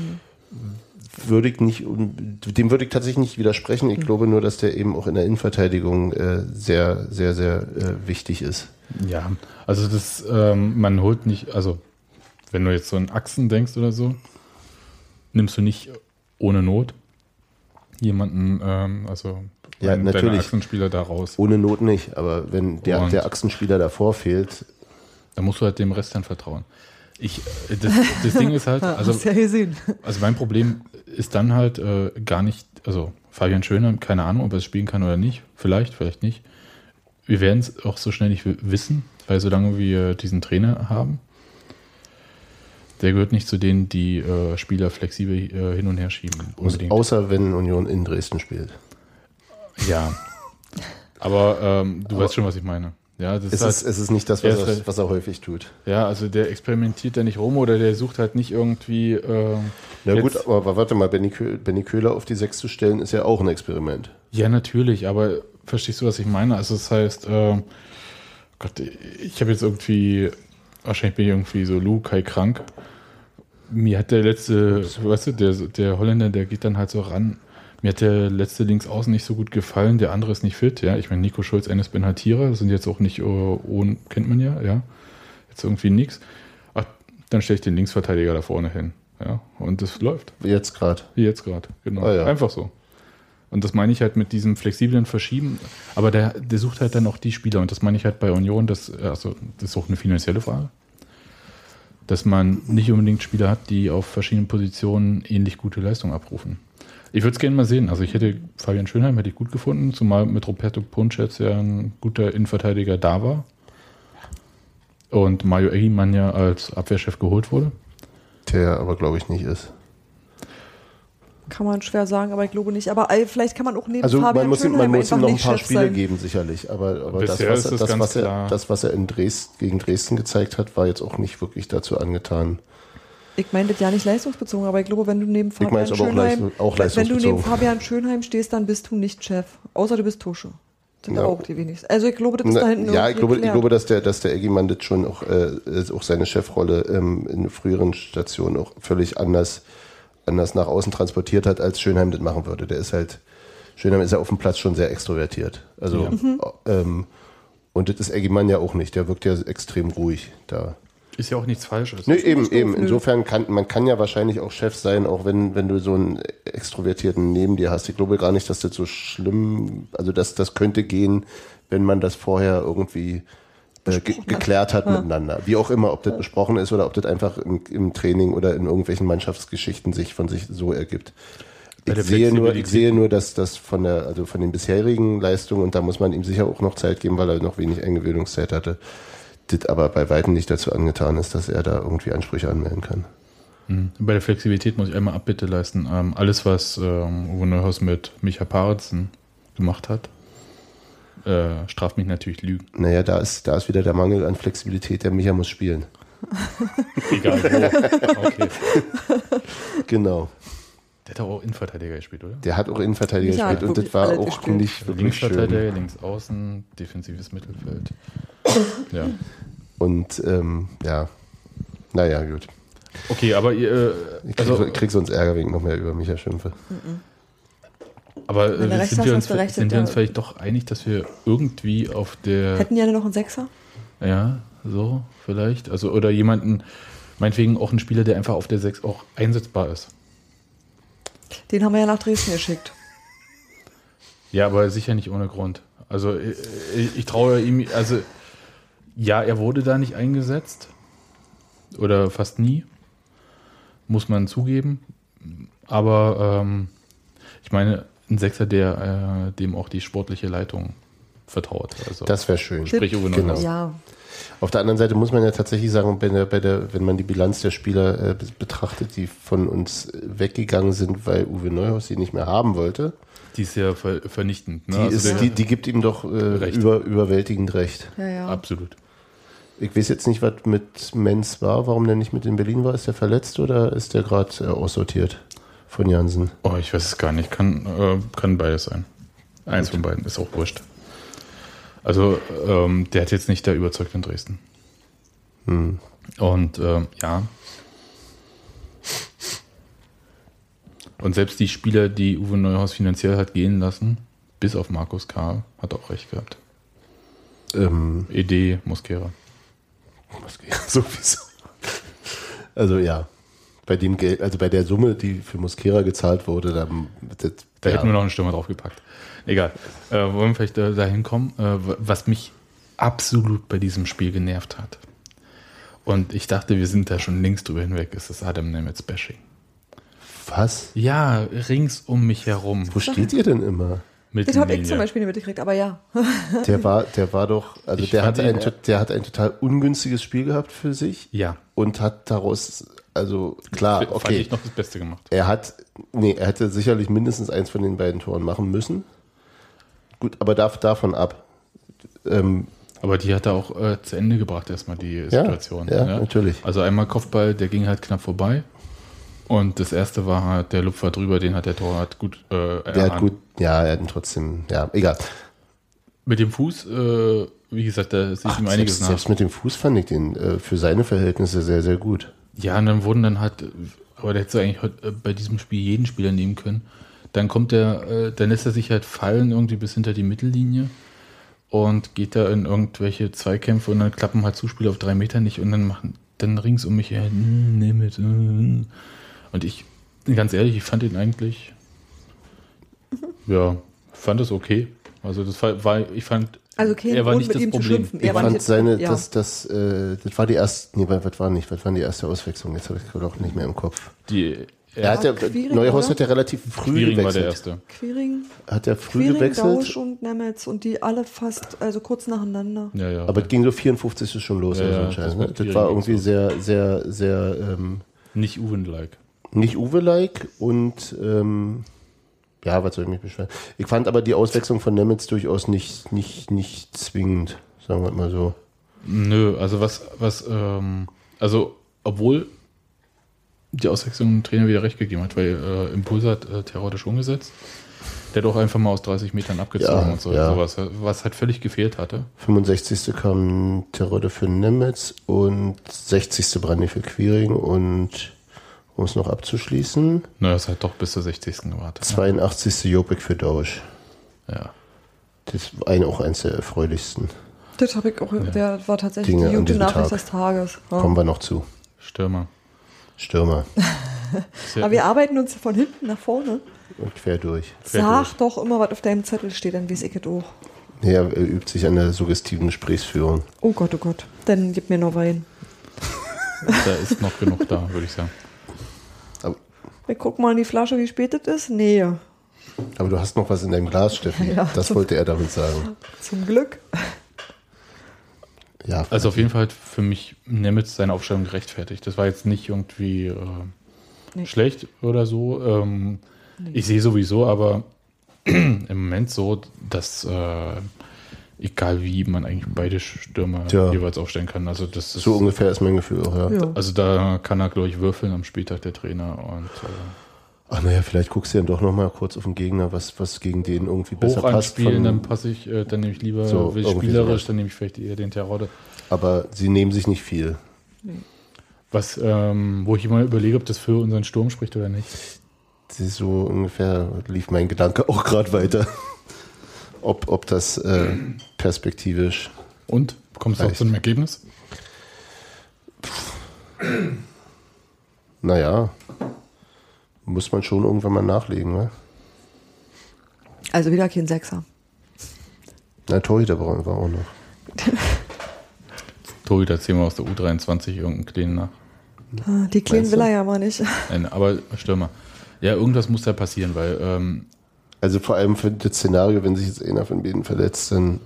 Würde ich nicht, dem würde ich tatsächlich nicht widersprechen. Ich glaube nur, dass der eben auch in der Innenverteidigung äh, sehr, sehr, sehr äh, wichtig ist. Ja, also das, ähm, man holt nicht, also wenn du jetzt so an Achsen denkst oder so, nimmst du nicht ohne Not jemanden, ähm, also Ja, einen deiner natürlich. Achsenspieler da raus. Ohne Not nicht, aber wenn der, Und- der Achsenspieler davor fehlt, Da musst du halt dem Rest dann vertrauen. Ich, äh, das, das Ding ist halt, also, Hast ja gesehen. also mein Problem ist dann halt äh, gar nicht, also Fabian Schönheim, keine Ahnung, ob er es spielen kann oder nicht, vielleicht, vielleicht nicht. Wir werden es auch so schnell nicht w- wissen, weil solange wir diesen Trainer haben, der gehört nicht zu denen, die äh, Spieler flexibel äh, hin und her schieben. Unbedingt. außer wenn Union in Dresden spielt. Ja. Aber ähm, du weißt schon, was ich meine. Ja, das Es ist halt, ist, es ist nicht das, Er was ist er, halt- was er häufig tut. ja, also der experimentiert da nicht rum oder der sucht halt nicht irgendwie. Äh, Na jetzt- gut, aber warte mal, Benny, Kö Benny Köhler auf die sechs zu stellen, ist ja auch ein Experiment. Ja, natürlich, aber verstehst du, was ich meine? Also das heißt, äh, Gott, ich habe jetzt irgendwie, wahrscheinlich bin ich irgendwie so Lukai krank. Mir hat der letzte, weißt du, der, der Holländer, der geht dann halt so ran. Mir hat der letzte Linksaußen nicht so gut gefallen, der andere ist nicht fit, ja. Ich meine, Nico Schulz, Enes Benhatira sind jetzt auch nicht, oh, oh, kennt man ja, ja. Jetzt irgendwie nix. Ach, dann stelle ich den Linksverteidiger da vorne hin, ja. Und das läuft. Jetzt gerade. Wie jetzt gerade, genau. Ah, ja. Einfach so. Und das meine ich halt mit diesem flexiblen Verschieben. Aber der, der sucht halt dann auch die Spieler. Und das meine ich halt bei Union, das, also, das ist auch eine finanzielle Frage. Dass man nicht unbedingt Spieler hat, die auf verschiedenen Positionen ähnlich gute Leistung abrufen. Ich würde es gerne mal sehen. Also ich hätte Fabian Schönheim hätte ich gut gefunden, zumal mit Roberto Ponchets ja ein guter Innenverteidiger da war. Und Mario Eggimann ja als Abwehrchef geholt wurde. Der aber, glaube ich, nicht ist. Kann man schwer sagen, aber ich glaube nicht. Aber äh, vielleicht kann man auch neben Also Fabian man muss, ihm, Schönheim man muss ihm einfach noch ein nicht paar Chef Spiele sein. geben, sicherlich. Aber, aber das, Bisher was, ist es das, ganz was, er, klar. das, was er in Dresden, gegen Dresden gezeigt hat, war jetzt auch nicht wirklich dazu angetan. Ich meine das ja nicht leistungsbezogen, aber ich glaube, wenn du neben Ich meine Fabian es aber auch, Schönheim, leist, auch wenn du neben leistungsbezogen. Fabian Schönheim stehst, dann bist du nicht Chef. Außer du bist Tusche. Sind Ja. auch die wenigsten. Also ich glaube, das ist da Na, hinten ja, ich glaube, ich geklärt. glaube, dass der, dass der Eggimann das schon auch, äh, auch seine Chefrolle ähm, in früheren Stationen auch völlig anders, anders nach außen transportiert hat, als Schönheim das machen würde. Der ist halt, Schönheim ist ja auf dem Platz schon sehr extrovertiert. Also, Ja. Mhm. ähm, und das ist Eggimann ja auch nicht. Der wirkt ja extrem ruhig da. Ist ja auch nichts Falsches. Nee, eben, doof, eben. nö. Insofern kann man kann ja wahrscheinlich auch Chef sein, auch wenn, wenn du so einen Extrovertierten neben dir hast. Ich glaube gar nicht, dass das so schlimm, also das, das könnte gehen, wenn man das vorher irgendwie äh, ge geklärt hat Ja. miteinander. Wie auch immer, ob das besprochen ist oder ob das einfach im, im Training oder in irgendwelchen Mannschaftsgeschichten sich von sich so ergibt. Bei Ich der sehe nur, ich Flexibilität. sehe nur, dass das von der, also von den bisherigen Leistungen, und da muss man ihm sicher auch noch Zeit geben, weil er noch wenig Eingewöhnungszeit hatte, das aber bei weitem nicht dazu angetan ist, dass er da irgendwie Ansprüche anmelden kann. Mhm. Bei der Flexibilität muss ich einmal Abbitte leisten. Ähm, alles, was ähm, Uwe Neuhaus mit Micha Paritzen gemacht hat, äh, straft mich natürlich Lügen. Naja, da ist, da ist wieder der Mangel an Flexibilität, der Micha muss spielen. Egal wo. Okay. Genau. Der hat auch Innenverteidiger gespielt, oder? Der hat auch Innenverteidiger Micha hat gespielt und das wirklich war alles auch gespielt. nicht wirklich Linksverteidiger, schön. links außen, defensives Mittelfeld. Ja. Und ähm, ja, naja, gut. Okay, aber ihr, äh, Ich krieg, also, ich krieg sonst Ärger, wenn ich noch mehr über Micha schimpfe. aber Wenn du äh, recht sind, hast, wir hast uns, du recht, sind wir uns ja. vielleicht doch einig, dass wir irgendwie auf der, Hätten ja noch einen Sechser? ja, so vielleicht, also oder jemanden, meinetwegen auch einen Spieler, der einfach auf der sechs auch einsetzbar ist. Den haben wir ja nach Dresden geschickt. Ja, aber sicher nicht ohne Grund. Also ich, ich traue ihm, also ja, er wurde da nicht eingesetzt oder fast nie, muss man zugeben. Aber ähm, ich meine, ein Sechser, der äh, dem auch die sportliche Leitung vertraut. Also Das wäre schön. sprich Uwe Genau. Neuhaus. Ja. Auf der anderen Seite muss man ja tatsächlich sagen, bei der, bei der, wenn man die Bilanz der Spieler äh, betrachtet, die von uns weggegangen sind, weil Uwe Neuhaus sie nicht mehr haben wollte, Die ist ja ver vernichtend. Ne? die, Also ist, der- die, die gibt ihm doch äh, Recht. über, überwältigend recht. Ja, ja. Absolut. Ich weiß jetzt nicht, was mit Menz war, warum der nicht mit in Berlin war. Ist der verletzt oder ist der gerade äh, aussortiert von Jansen? Oh, ich weiß es gar nicht. Kann, äh, kann beides sein. Eins von beiden, ist auch wurscht. Also, ähm, der hat jetzt nicht da überzeugt in Dresden. Hm. Und ähm, ja. Und selbst die Spieler, die Uwe Neuhaus finanziell hat gehen lassen, bis auf Markus Karl, hat auch recht gehabt. Ähm, Ede, Mosquera. was geht? Sowieso. Also ja, bei dem Geld, also bei der Summe, die für Mosquera gezahlt wurde, da, das, Da ja. hätten wir noch einen Stürmer draufgepackt. Egal. Äh, wollen wir vielleicht äh, dahin kommen, äh, was mich absolut bei diesem Spiel genervt hat. Und ich dachte, wir sind da schon längst drüber hinweg, ist das Adam Nemetz-Bashing. Was? Ja, rings um mich herum. Wo steht ihr denn immer? Das habe ich zum Mittellinie. Beispiel nicht mitgekriegt, aber ja. Der war, der war doch, also Ich der fand hat, ihn, ein, äh, der hat ein total ungünstiges Spiel gehabt für sich Ja, und hat daraus, also klar, fand okay, ich noch das Beste gemacht. er hat, nee, er hätte sicherlich mindestens eins von den beiden Toren machen müssen. Gut, aber darf davon ab. Ähm, Aber die hat er auch äh, zu Ende gebracht, erstmal die Situation. ja, natürlich. Also einmal Kopfball, der ging halt knapp vorbei. Und das erste war halt der Lupfer drüber, den hat der Torwart gut äh, der erahnt. hat gut, ja, er hat ihn trotzdem, ja, egal. Mit dem Fuß, äh, wie gesagt, da sieht Ach, ihm einiges selbst, nach. selbst mit dem Fuß fand ich den äh, für seine Verhältnisse sehr, sehr gut. Ja, und dann wurden dann halt, aber der hätte eigentlich heute, äh, bei diesem Spiel jeden Spieler nehmen können. Dann kommt der, äh, dann lässt er sich halt fallen irgendwie bis hinter die Mittellinie und geht da in irgendwelche Zweikämpfe und dann klappen halt Zuspieler auf drei Meter nicht und dann machen dann rings um mich her, "Hm, nimm mit. hm." Und ich, ganz ehrlich, ich fand ihn eigentlich, ja, fand es okay. Also das war, war ich fand, Also kein er war Grund, nicht mit das ihm zu Problem. schimpfen. Ich Er war fand nicht, seine, ja. das, das, äh, das war die erste, nee, was war nicht, was war die erste Auswechslung? Jetzt habe ich gerade auch nicht mehr im Kopf. Die Er hat ja, Quiring, Neuhaus oder? hat ja relativ früh Quiring war gewechselt. der erste. Quiring, Hat er früh Quiring, gewechselt, Dausch und Nemetz und die alle fast, also kurz nacheinander. Ja, ja. aber es ging so vierundfufzig ist schon los. Ja, oder so ja, ein Scheiß, das ne? mit Das Quiring war ging irgendwie so. sehr, sehr, sehr ähm, nicht Uwen-like. nicht Uwe-like und ähm, ja, was soll ich mich beschweren? Ich fand aber die Auswechslung von Nemetz durchaus nicht, nicht, nicht zwingend, sagen wir mal so. Nö, also was, was, ähm, also obwohl die Auswechslung dem Trainer wieder recht gegeben hat, weil äh, Impulse hat äh, theoretisch umgesetzt. Der hat auch einfach mal aus dreißig Metern abgezogen Ja, und so, ja. sowas, was halt völlig gefehlt hatte. fünfundsechzigste kam Terodde für Nemetz und sechzigste Brandi für Quiring und um es noch abzuschließen, Na, das hat doch bis zur sechzigsten gewartet. zweiundachtzigste Jopek für Dausch. Ja. Das war ein, auch eins der erfreulichsten. Das habe ich auch, der war tatsächlich Dinge die an gute diesem Nachricht Tag. des Tages. Ja. Kommen wir noch zu. Stürmer. Stürmer Ist ja- Aber wir arbeiten uns von hinten nach vorne. und quer durch. Sag doch immer, was auf deinem Zettel steht, dann weiß ich es auch. Ja, er übt sich an der suggestiven Gesprächsführung. Oh Gott, oh Gott. Dann gib mir noch Wein. Da ist noch genug da, würde ich sagen. Wir gucken mal in die Flasche, wie spät es ist. Nee, Aber du hast noch was in deinem Glas, Steffi. Ja. Das wollte er damit sagen. zum Glück. Ja, Also auf jeden Fall hat für mich Nemetz seine Aufstellung gerechtfertigt. Das war jetzt nicht irgendwie äh, Nee. schlecht oder so. Ähm, Ich sehe sowieso, aber im Moment so, dass äh, egal wie man eigentlich beide Stürmer Tja. jeweils aufstellen kann. Also das ist so ungefähr ist mein Gefühl auch, ja. Ja. also da kann er, glaube ich, würfeln am Spieltag der Trainer und äh, Ach naja, vielleicht guckst du ja doch noch mal kurz auf den Gegner, was, was gegen den irgendwie besser hoch passt. anspielen, Von, dann passe ich, äh, dann nehme ich lieber So, will irgendwie spielerisch, sowas. dann nehme ich vielleicht eher den Terodde. aber sie nehmen sich nicht viel. Was, ähm, wo ich immer überlege, ob das für unseren Sturm spricht oder nicht. Das ist so ungefähr, lief mein Gedanke auch gerade weiter. ob, ob das äh, perspektivisch. Und? Kommst du auch Reicht. zu einem Ergebnis? Naja, muss man schon irgendwann mal nachlegen, ne? Also wieder kein Sechser. Na, Torhüter war war auch noch. Torhüter ziehen wir aus der U dreiundzwanzig irgendeinen kleinen nach. Ah, Die Kleinen Meinst will du? er ja mal nicht. Nein, aber Stürmer. Ja, irgendwas muss da passieren, weil ähm, Also vor allem für das Szenario, wenn sich jetzt einer von beiden verletzt, dann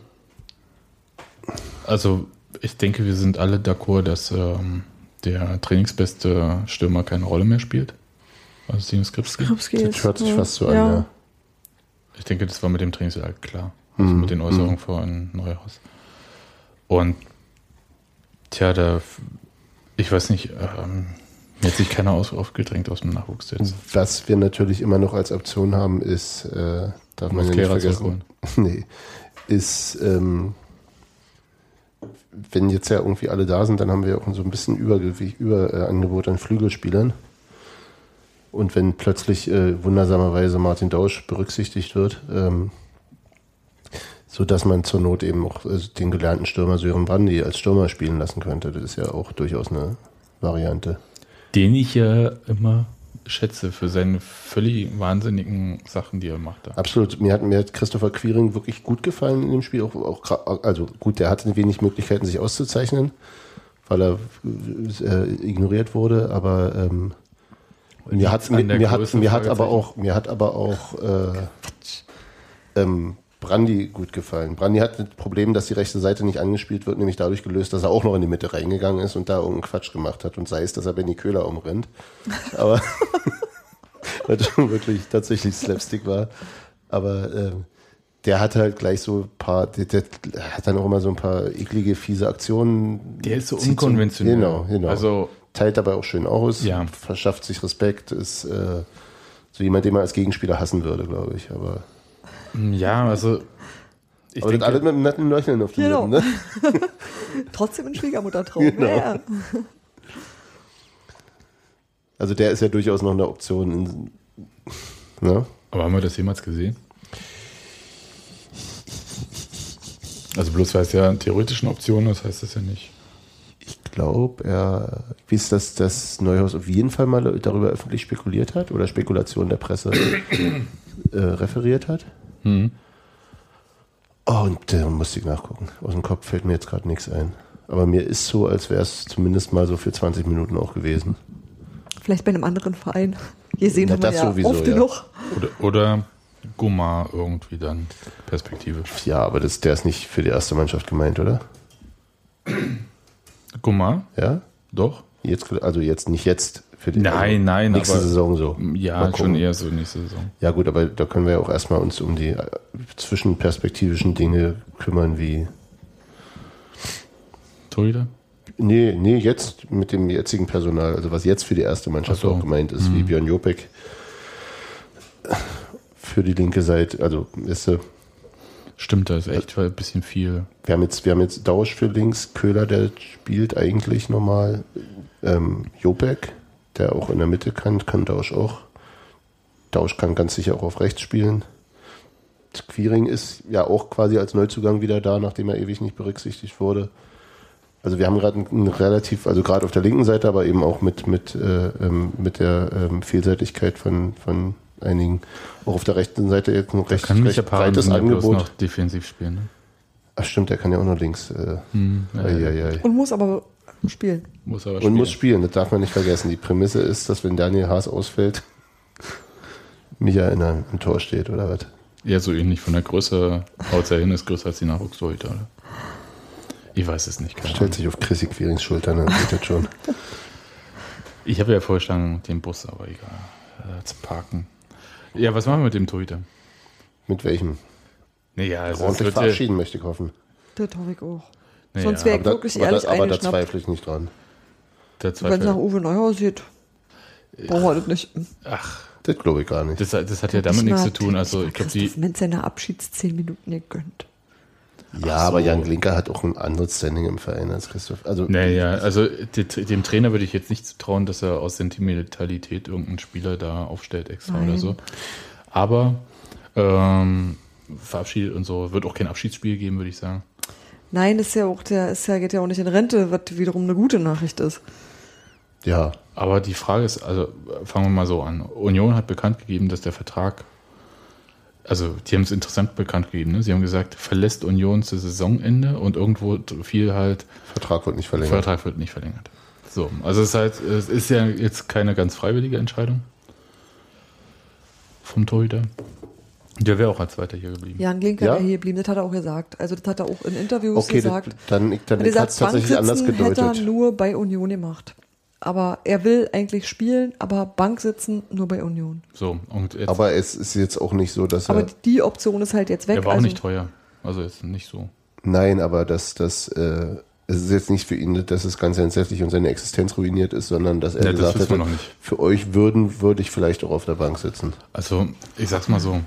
also ich denke, wir sind alle d'accord, dass ähm, der trainingsbeste Stürmer keine Rolle mehr spielt. Also Steven Skripski. Skripski das ist, hört sich ja. fast so an, ja. ja. Ich denke, das war mit dem Trainingslager klar. Also Mhm. mit den Äußerungen von Neuhaus. Und tja, da ich weiß nicht, ähm, mir hat sich keiner aus, aufgedrängt aus dem Nachwuchs jetzt. Was wir natürlich immer noch als Option haben, ist, äh, darf man ja nicht Mosquera vergessen, nee, ist, ähm, wenn jetzt ja irgendwie alle da sind, dann haben wir auch so ein bisschen Übergewicht, Überangebot an Flügelspielern. Und wenn plötzlich äh, wundersamerweise Martin Dausch berücksichtigt wird, ähm, so dass man zur Not eben auch äh, den gelernten Stürmer Sören Brandi als Stürmer spielen lassen könnte, das ist ja auch durchaus eine Variante. Den ich ja immer schätze für seine völlig wahnsinnigen Sachen, die er macht. Da. Absolut. Mir hat, mir hat Christopher Quiring wirklich gut gefallen in dem Spiel. Auch, auch, gra- also gut, der hatte wenig Möglichkeiten, sich auszuzeichnen, weil er äh, ignoriert wurde. Aber ähm, mir hat, an mir, der mir hat, Größe, mir hat aber Fragezeichen. auch, mir hat aber auch äh, ähm, Brandi gut gefallen. Brandi hat das Problem, dass die rechte Seite nicht angespielt wird, nämlich dadurch gelöst, dass er auch noch in die Mitte reingegangen ist und da irgendeinen Quatsch gemacht hat. Und sei es, dass er Benny Köhler umrennt. Aber weil das schon wirklich tatsächlich Slapstick war. Aber ähm, der hat halt gleich so ein paar, der, der hat dann auch immer so ein paar eklige, fiese Aktionen. Der ist so Zieht unkonventionell. Genau, genau. Also Teilt dabei auch schön aus, Ja. verschafft sich Respekt, ist äh, so jemand, den man als Gegenspieler hassen würde, glaube ich. Aber, ja, also ich aber das denke, alles mit einem netten Lächeln auf den Genau. Lippen, ne? Trotzdem ein Schwiegermuttertraum. Genau. Ja. Also der ist ja durchaus noch eine Option. In, ne? aber haben wir das jemals gesehen? Also bloß weil es ja theoretisch eine Option ist, heißt das ja nicht. Ich glaube, er, wie ist das, dass Neuhaus auf jeden Fall mal darüber öffentlich spekuliert hat oder Spekulation der Presse äh, referiert hat. Hm. Oh, und da musste ich nachgucken. Aus dem Kopf fällt mir jetzt gerade nichts ein. Aber mir ist so, als wäre es zumindest mal so für zwanzig Minuten auch gewesen. Vielleicht bei einem anderen Verein. Gesehen Na, haben wir das ja sowieso, oft ja. genug. Oder, oder Gumar irgendwie dann perspektivisch. Ja, aber das, der ist nicht für die erste Mannschaft gemeint, oder? Gumar? Ja? Doch? Jetzt, also jetzt nicht jetzt für die Nein, also nein, nächste aber- Saison so. Ja, Mal gucken. schon eher so nächste Saison. Ja gut, aber da können wir ja auch erstmal uns um die äh, zwischenperspektivischen Dinge kümmern, wie Torhüter? nee, nee, jetzt mit dem jetzigen Personal, also was jetzt für die erste Mannschaft Ach so. auch gemeint ist, wie Björn Jopek für die linke Seite, also ist, äh, Stimmt, da ist echt ein bisschen viel. wir haben jetzt wir haben jetzt Dausch für links, Köhler, der spielt eigentlich normal, ähm, Jopek, der auch in der Mitte kann, kann Dausch auch. Dausch kann ganz sicher auch auf rechts spielen. Quiring ist ja auch quasi als Neuzugang wieder da, nachdem er ewig nicht berücksichtigt wurde. Also wir haben gerade ein relativ, also gerade auf der linken Seite, aber eben auch mit, mit, äh, ähm, mit der ähm, Vielseitigkeit von, von einigen, auch auf der rechten Seite jetzt ein recht, Kann Micha recht breites Paaren bloß Angebot. noch defensiv spielen. Ne? Ach stimmt, der kann ja auch noch links. Äh, Hm, ja, ei, ei, ei. Und muss aber spielen. Muss aber Und spielen. muss spielen, das darf man nicht vergessen. Die Prämisse ist, dass wenn Daniel Haas ausfällt, Micha in einem im Tor steht, oder was? Ja, so ähnlich von der Größe. Haut er hin, ist größer als die Nachwuchstorhüter, oder? Ich weiß es nicht. Keine Stellt Ahnung. sich auf Chrissy Quirings Schultern, dann geht das schon. Ich habe ja vorgeschlagen, den Bus, aber egal, äh, zu parken. Ja, was machen wir mit dem Torhüter? Mit welchem? Naja, also es Ordentlich wird ja- verabschieden möchte ich hoffen. Das hoffe ich auch. Naja, Sonst wäre ich Aber da, wirklich aber ehrlich da, aber da eingeschnappt. zweifle ich nicht dran. der Wenn es nach Zweifel. Uwe Neuhaus sieht, brauchen wir das nicht. Ach, Das glaube ich gar nicht. das, das hat ja damit nichts zu tun. Also ich glaube, die. Christoph Menz seine Abschiedszehn Minuten gegönnt. Ja, aber Jan Glinker hat auch ein anderes Standing im Verein als Christoph. Also, Naja, also die, dem Trainer würde ich jetzt nicht zutrauen, dass er aus Sentimentalität irgendeinen Spieler da aufstellt extra Nein. oder so. Aber ähm, verabschiedet und so. Wird auch kein Abschiedsspiel geben, würde ich sagen. Nein, ist ja auch, der ist ja, geht ja auch nicht in Rente, was wiederum eine gute Nachricht ist. ja, Aber die Frage ist, also fangen wir mal so an. Union hat bekannt gegeben, dass der Vertrag, also die haben es interessant bekannt gegeben, ne? Sie haben gesagt, verlässt Union zu Saisonende und irgendwo fiel halt, Vertrag wird nicht verlängert. Vertrag wird nicht verlängert. So, also es ist halt, es ist ja jetzt keine ganz freiwillige Entscheidung vom Torhüter. Der wäre auch als Zweiter hier geblieben. Jan Glinker Ja? wäre hier geblieben, das hat er auch gesagt. Also das hat er auch in Interviews Okay, das, gesagt. dann, ich- dann Er hat ich hat gesagt, es tatsächlich anders Banksitzen hätte er gedeutet. nur bei Union gemacht. Aber er will eigentlich spielen, aber Banksitzen nur bei Union. So, und jetzt, Aber es ist jetzt auch nicht so, dass Aber er. die Option ist halt jetzt weg. er war auch also, nicht teuer. Also jetzt nicht so. Nein, aber dass das. Äh, es ist jetzt nicht für ihn, dass das Ganze entsetzlich und seine Existenz ruiniert ist, sondern dass er Ja, das gesagt wissen wir hat, noch nicht. für euch würden, würde ich vielleicht auch auf der Bank sitzen. Also, ich sag's mal so.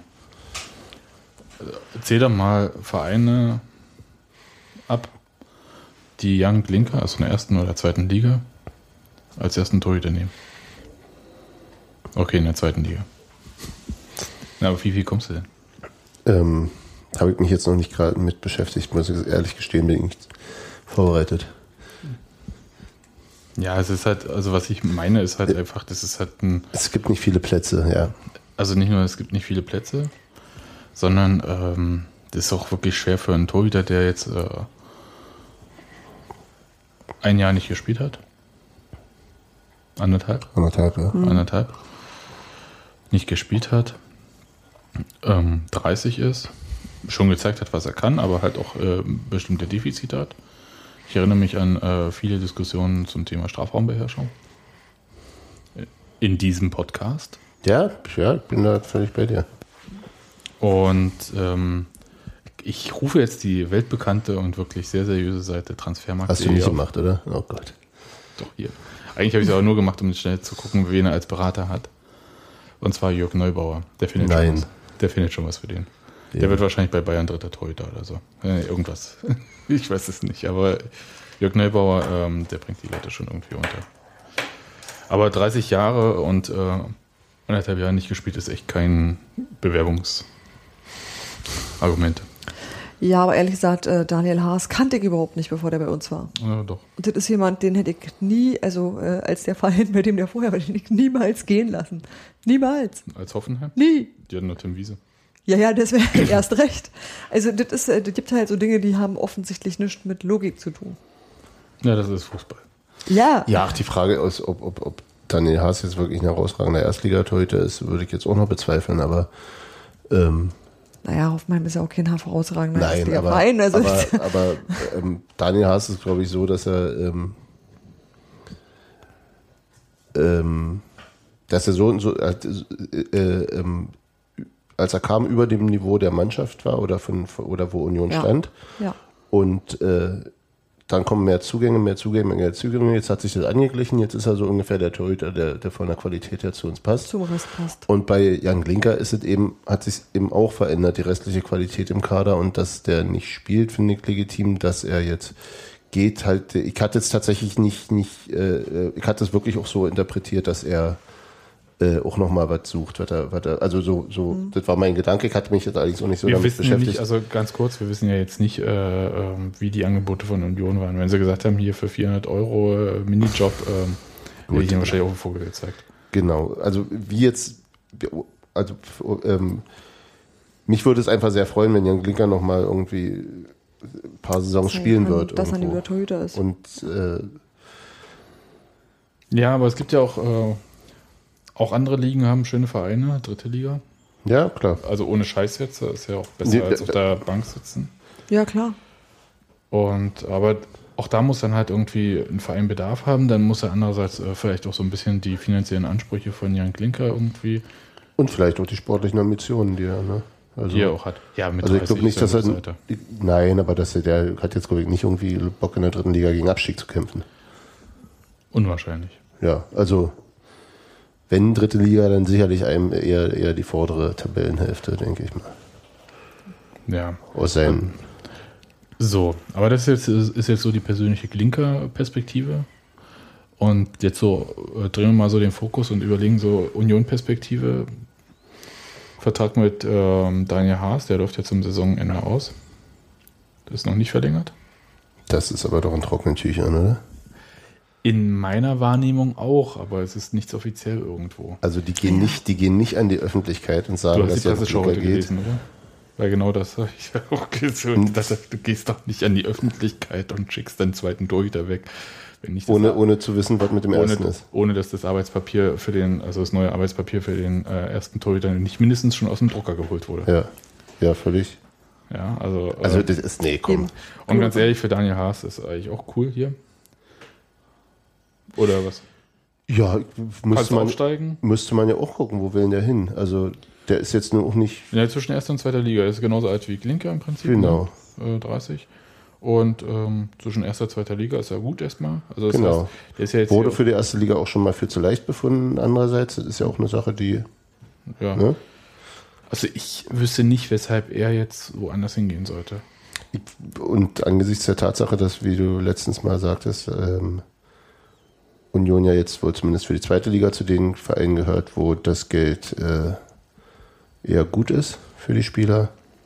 Zähl doch mal Vereine ab, die Jan Glinker aus der ersten oder zweiten Liga als ersten Torhüter nehmen. Okay, in der zweiten Liga. Na, aber wie viel kommst du denn? Ähm, Habe ich mich jetzt noch nicht gerade mit beschäftigt, muss ich ehrlich gestehen, bin ich nicht vorbereitet. Ja, es ist halt, also was ich meine, ist halt einfach, das ist halt ein, Es gibt nicht viele Plätze, ja. also nicht nur, es gibt nicht viele Plätze, sondern ähm, das ist auch wirklich schwer für einen Torhüter, der jetzt äh, ein Jahr nicht gespielt hat. Anderthalb. Anderthalb, ja. anderthalb, nicht gespielt hat, ähm, dreißig ist, schon gezeigt hat, was er kann, aber halt auch äh, bestimmte Defizite hat. Ich erinnere mich an äh, viele Diskussionen zum Thema Strafraumbeherrschung in diesem Podcast. Ja, ja, ich bin da völlig bei dir. Und ähm, ich rufe jetzt die weltbekannte und wirklich sehr seriöse Seite Transfermarkt. Hast du nicht gemacht, oder? Oh Gott. Doch, hier. Eigentlich habe ich es aber nur gemacht, um schnell zu gucken, wen er als Berater hat. Und zwar Jörg Neubauer. Der findet, Nein. Schon, was. Der findet schon was für den. Ja. Der wird wahrscheinlich bei Bayern dritter Torhüter oder so. Äh, irgendwas. Ich weiß es nicht. Aber Jörg Neubauer, ähm, der bringt die Leute schon irgendwie unter. Aber dreißig Jahre und äh, anderthalb Jahre nicht gespielt ist echt kein Bewerbungsargument. Ja, aber ehrlich gesagt, äh, Daniel Haas kannte ich überhaupt nicht, bevor der bei uns war. Ja, doch. Und das ist jemand, den hätte ich nie, also äh, als der Verein, bei dem der vorher war, den hätte ich niemals gehen lassen. Niemals. Als Hoffenheim? Nie. Die hatten nur Tim Wiese. Ja, ja, das wäre erst recht. Also das ist, äh, das gibt halt so Dinge, die haben offensichtlich nichts mit Logik zu tun. Ja, das ist Fußball. Ja. Ja, ach, die Frage ist, ob, ob, ob Daniel Haas jetzt wirklich ein herausragender Erstligatorhüter ist, würde ich jetzt auch noch bezweifeln, aber ähm, Naja, Hoffenheim ist ja auch kein herausragender nein, aber, Verein. Also aber, aber ähm, Daniel Haas ist, glaube ich, so, dass er ähm, ähm, dass er so, so äh, äh, ähm, als er kam, über dem Niveau der Mannschaft war oder von oder wo Union ja. stand. Ja. Und äh, dann kommen mehr Zugänge, mehr Zugänge, mehr Zugänge. Jetzt hat sich das angeglichen. Jetzt ist er so ungefähr der Torhüter, der, der von der Qualität her zu uns passt. Zum Rest passt. Und bei Jan Glinker ist es eben, hat sich eben auch verändert, die restliche Qualität im Kader, und dass der nicht spielt, finde ich legitim, dass er jetzt geht halt. Ich hatte jetzt tatsächlich nicht, nicht, äh, ich hatte es wirklich auch so interpretiert, dass er äh, auch nochmal was sucht, was er, was er, also so, so, mhm. das war mein Gedanke. Ich hatte mich jetzt allerdings auch nicht so wir damit wissen beschäftigt. Nicht, also ganz kurz, wir wissen ja jetzt nicht, äh, äh, wie die Angebote von Union waren. Wenn sie gesagt haben, hier für vierhundert Euro äh, Minijob, äh, hätte ich ihnen wahrscheinlich auch einen Vogel gezeigt. Genau, also wie jetzt, also ähm, mich würde es einfach sehr freuen, wenn Jan Glinker nochmal irgendwie ein paar Saisons das spielen kann, wird. Dass er ein irgendwo. guter Torhüter ist. Und äh, ja, aber es gibt ja auch, äh, auch andere Ligen haben schöne Vereine, dritte Liga. Ja, klar. Also ohne Scheiß jetzt, ist ja auch besser Nee, als äh, auf der Bank sitzen. Ja, klar. Und aber auch da muss dann halt irgendwie ein Verein Bedarf haben, dann muss er andererseits äh, vielleicht auch so ein bisschen die finanziellen Ansprüche von Jan Glinker irgendwie. Und vielleicht auch die sportlichen Ambitionen, die er, ne? Also, die er auch hat. Ja, mit also ich glaube nicht, dass er. Seite. Nein, aber dass er, der hat jetzt, glaube ich, nicht irgendwie Bock in der dritten Liga gegen Abstieg zu kämpfen. Unwahrscheinlich. Ja, also wenn dritte Liga, dann sicherlich einem eher, eher die vordere Tabellenhälfte, denke ich mal. Ja. Aus seinen. So, aber das ist jetzt, ist jetzt so die persönliche Glinker-Perspektive. Und jetzt so äh, drehen wir mal so den Fokus und überlegen so Union-Perspektive. Vertrag mit ähm, Daniel Haas, der läuft ja zum Saisonende aus. Das ist noch nicht verlängert. Das ist aber doch in trockenen Tüchern, oder? In meiner Wahrnehmung auch, aber es ist nichts offiziell irgendwo. Also die gehen nicht, die gehen nicht an die Öffentlichkeit und sagen, Du hast dass die der Presseschau Glinker heute geht. gelesen, oder? Weil genau das sag ich ja auch so, dass du gehst doch nicht an die Öffentlichkeit und schickst deinen zweiten Torhüter weg. Wenn nicht das Ohne, ohne zu wissen, was mit dem ohne, ersten ist. ohne dass das Arbeitspapier für den, also das neue Arbeitspapier für den äh, ersten Torhüter nicht mindestens schon aus dem Drucker geholt wurde. Ja, ja, völlig. Ja, also. Also äh, das ist, nee, komm. und ganz ehrlich, für Daniel Haas ist eigentlich auch cool hier. Oder was? Ja, Kannst müsste du man, aufsteigen? müsste man ja auch gucken, wo will denn der hin? Also der ist jetzt nur auch nicht. Ja, zwischen erster und zweiter Liga. Er ist genauso alt wie Glinker im Prinzip. Genau. Ne? Äh, dreißig. Und ähm, zwischen erster und zweiter Liga ist er gut erstmal. Also das Genau. heißt, der ist ja jetzt Wurde hier, für die erste Liga auch schon mal viel zu leicht befunden. Andererseits, das ist ja auch eine Sache, die. ja. Ne? Also ich wüsste nicht, weshalb er jetzt woanders hingehen sollte. Und angesichts der Tatsache, dass, wie du letztens mal sagtest, ähm, Union ja jetzt wohl zumindest für die zweite Liga zu den Vereinen gehört, wo das Geld äh, eher gut ist für die Spieler.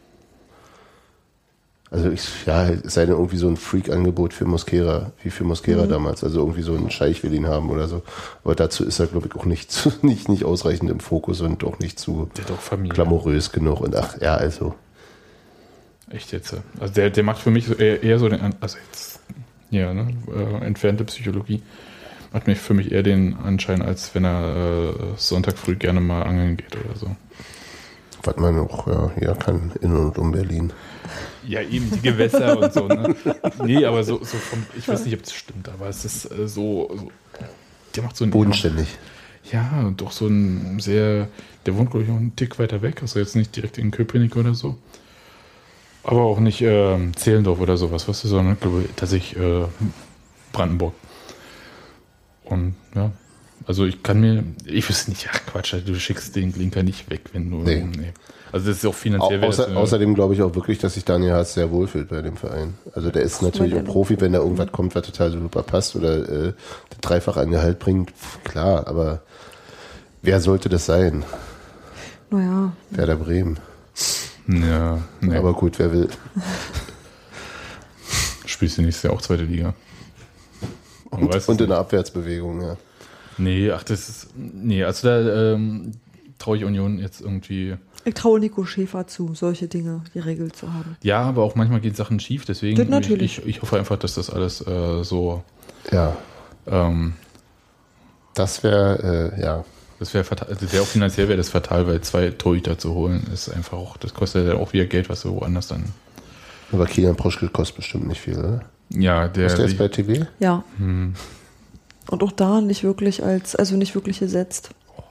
Also ich, ja, es sei denn irgendwie so ein Freak-Angebot für Mosquera, wie für Mosquera mhm. damals. Also irgendwie so ein Scheich will ihn haben oder so. Aber dazu ist er, glaube ich, auch nicht, zu, nicht, nicht ausreichend im Fokus und auch nicht zu glamourös genug. Und ach, ja, also. Echt jetzt? Also der, der macht für mich eher, eher so den, also jetzt, ja, ne, äh, entfernte Psychologie, macht mich für mich eher den Anschein, als wenn er äh, Sonntag früh gerne mal angeln geht oder so. Was man auch ja, ja kann, in und um Berlin. Ja, eben die Gewässer und so, ne? Nee, aber so, so vom, ich weiß nicht, ob das stimmt, aber es ist äh, so, so, der macht so ein... Bodenständig. Ja, doch so ein sehr, der wohnt, glaube ich, auch einen Tick weiter weg, also jetzt nicht direkt in Köpenick oder so. Aber auch nicht äh, Zehlendorf oder sowas, weißt du, sondern glaube ich, tatsächlich äh, Brandenburg. Und ja, also ich kann mir, ich wüsste nicht, ach Quatsch, du schickst den Glinker nicht weg, wenn du, nee. nee. Also das ist auch finanziell... Au, außer, das, außerdem glaube ich auch wirklich, dass sich Daniel Haas sehr wohlfühlt bei dem Verein. Also der ist natürlich auch Profi, wenn da irgendwas kommt, was total super passt oder äh, dreifach an Gehalt bringt, klar, aber wer sollte das sein? Naja. Werder Bremen. Ja, nee. Aber gut, wer will. Spielst du nächstes Jahr auch zweite Liga? Und, und in der Abwärtsbewegung, ja. Nee, ach, das ist. Nee, also da ähm, traue ich Union jetzt irgendwie. Ich traue Nico Schäfer zu, solche Dinge geregelt zu haben. Ja, aber auch manchmal gehen Sachen schief, deswegen. Das natürlich. Ich, ich, ich hoffe einfach, dass das alles äh, so. Ja. Ähm, Das wäre, äh, ja. Das wäre fatal, also wär auch finanziell wäre das fatal, weil zwei Torhüter zu holen ist einfach auch, das kostet ja auch wieder Geld, was du woanders dann. Aber Kilian Proschke kostet bestimmt nicht viel, oder? Ja, der. Ist der jetzt bei T V? Ja. Hm. Und auch da nicht wirklich als, also nicht wirklich gesetzt.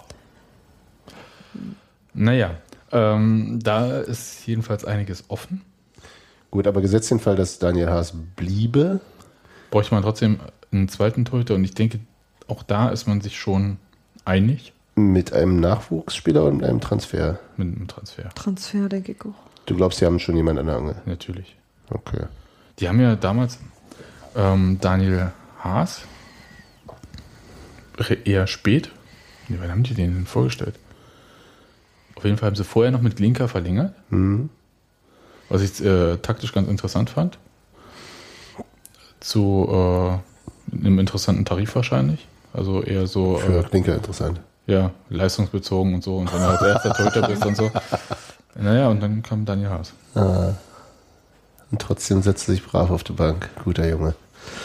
Naja, ähm, da ist jedenfalls einiges offen. Gut, aber gesetzt den Fall, dass Daniel Haas bliebe. Bräuchte man trotzdem einen zweiten Torhüter und ich denke, auch da ist man sich schon einig. Mit einem Nachwuchsspieler und mit einem Transfer? Mit einem Transfer. Transfer, denke ich auch. Du glaubst, die haben schon jemanden an der Angel? Natürlich. Okay. Die haben ja damals ähm, Daniel Haas eher spät. Nee, wann haben die den denn vorgestellt? Auf jeden Fall haben sie vorher noch mit Glinka verlängert. Mhm. Was ich äh, taktisch ganz interessant fand. Zu äh, einem interessanten Tarif wahrscheinlich. Also eher so. Für Äh, Klinker interessant. Ja, leistungsbezogen und so. Und wenn du halt erster Torhüter bist und so. Naja, und dann kam Daniel Haas. Ah. Und trotzdem setzt er sich brav auf die Bank. Guter Junge.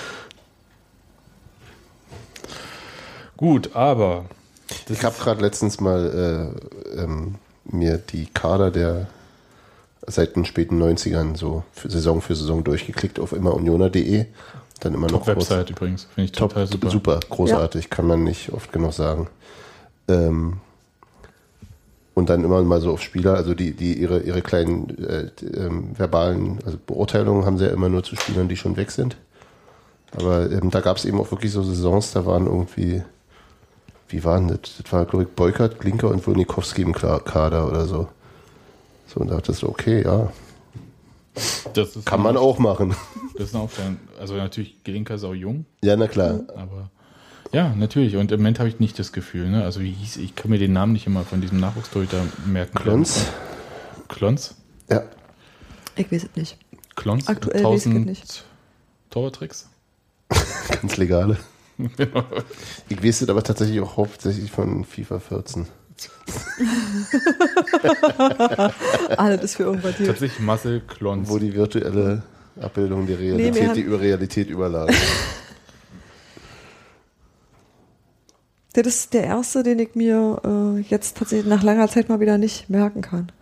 Gut, aber. Ich habe gerade letztens mal äh, ähm, mir die Kader der seit den späten neunzigern so für Saison für Saison durchgeklickt auf immer unioner punkt de. Dann immer noch Top-Website übrigens. Finde ich top, total super. Super, großartig. Ja. Kann man nicht oft genug sagen. Ähm, und dann immer mal so auf Spieler, also die, die ihre, ihre kleinen äh, ähm, verbalen also Beurteilungen haben sie ja immer nur zu Spielern, die schon weg sind. Aber ähm, da gab es eben auch wirklich so Saisons, da waren irgendwie, wie waren das? Das war, glaube ich, Beukert, Glinka und Wurnikowski im Kader oder so. So, und da dachtest du, okay, ja. Das ist kann man auch machen. Das ist eine Aufstellung. Also natürlich, Glinka ist auch jung. Ja, na klar. Aber ja, natürlich. Und im Moment habe ich nicht das Gefühl, ne? Also wie hieß, ich kann mir den Namen nicht immer von diesem Nachwuchstorhüter merken. Klons? Klons? Ja. Ich weiß es nicht. Klons? Aktuell weiß ich es nicht. Torwarttricks? Ganz legale. Ich weiß es aber tatsächlich auch hauptsächlich von FIFA vierzehn. Alles ist für irgendwas hier. Tatsächlich Marcel Klons. Wo die virtuelle Abbildung der Realität nee, die über Realität überlagen. Das ist der erste, den ich mir äh, jetzt tatsächlich nach langer Zeit mal wieder nicht merken kann.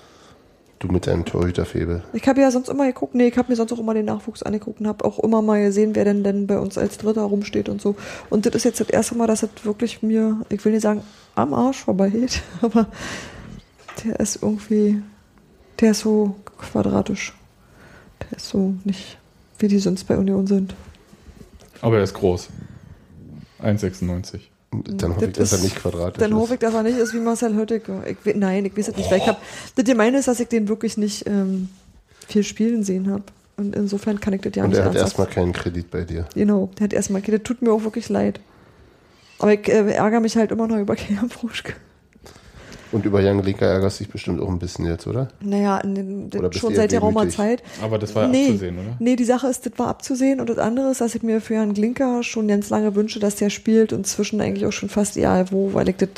Du mit deinem Torhüterfebel. Ich habe ja sonst immer geguckt, nee, ich habe mir sonst auch immer den Nachwuchs angeguckt und habe auch immer mal gesehen, wer denn, denn bei uns als Dritter rumsteht und so. Und das ist jetzt das erste Mal, dass das wirklich mir, ich will nicht sagen, am Arsch vorbeigeht, aber der ist irgendwie, der ist so quadratisch. Der ist so nicht, wie die sonst bei Union sind. Aber er ist groß. eins Komma sechsundneunzig. Dann hoffe ich, dass er nicht quadratisch dann ist. Dann hoffe ich, dass er nicht ist wie Marcel Höttger. Ich, nein, ich weiß es nicht. Weil ich hab, das gemeine ist, dass ich den wirklich nicht ähm, viel spielen sehen habe. Und insofern kann ich das ja Und nicht er hat ernsthaft. erstmal keinen Kredit bei dir. Genau, der hat erstmal, das tut mir auch wirklich leid. Aber ich äh, ärgere mich halt immer noch über Kilian Proschke. Und über Jan Glinka ärgerst du dich bestimmt auch ein bisschen jetzt, oder? Naja, in, in, oder schon seit geraumer Zeit. Aber das war ja nee, abzusehen, oder? Nee, die Sache ist, das war abzusehen. Und das andere ist, dass ich mir für Jan Glinka schon ganz lange wünsche, dass der spielt. Und zwischen eigentlich auch schon fast egal wo, weil ich das,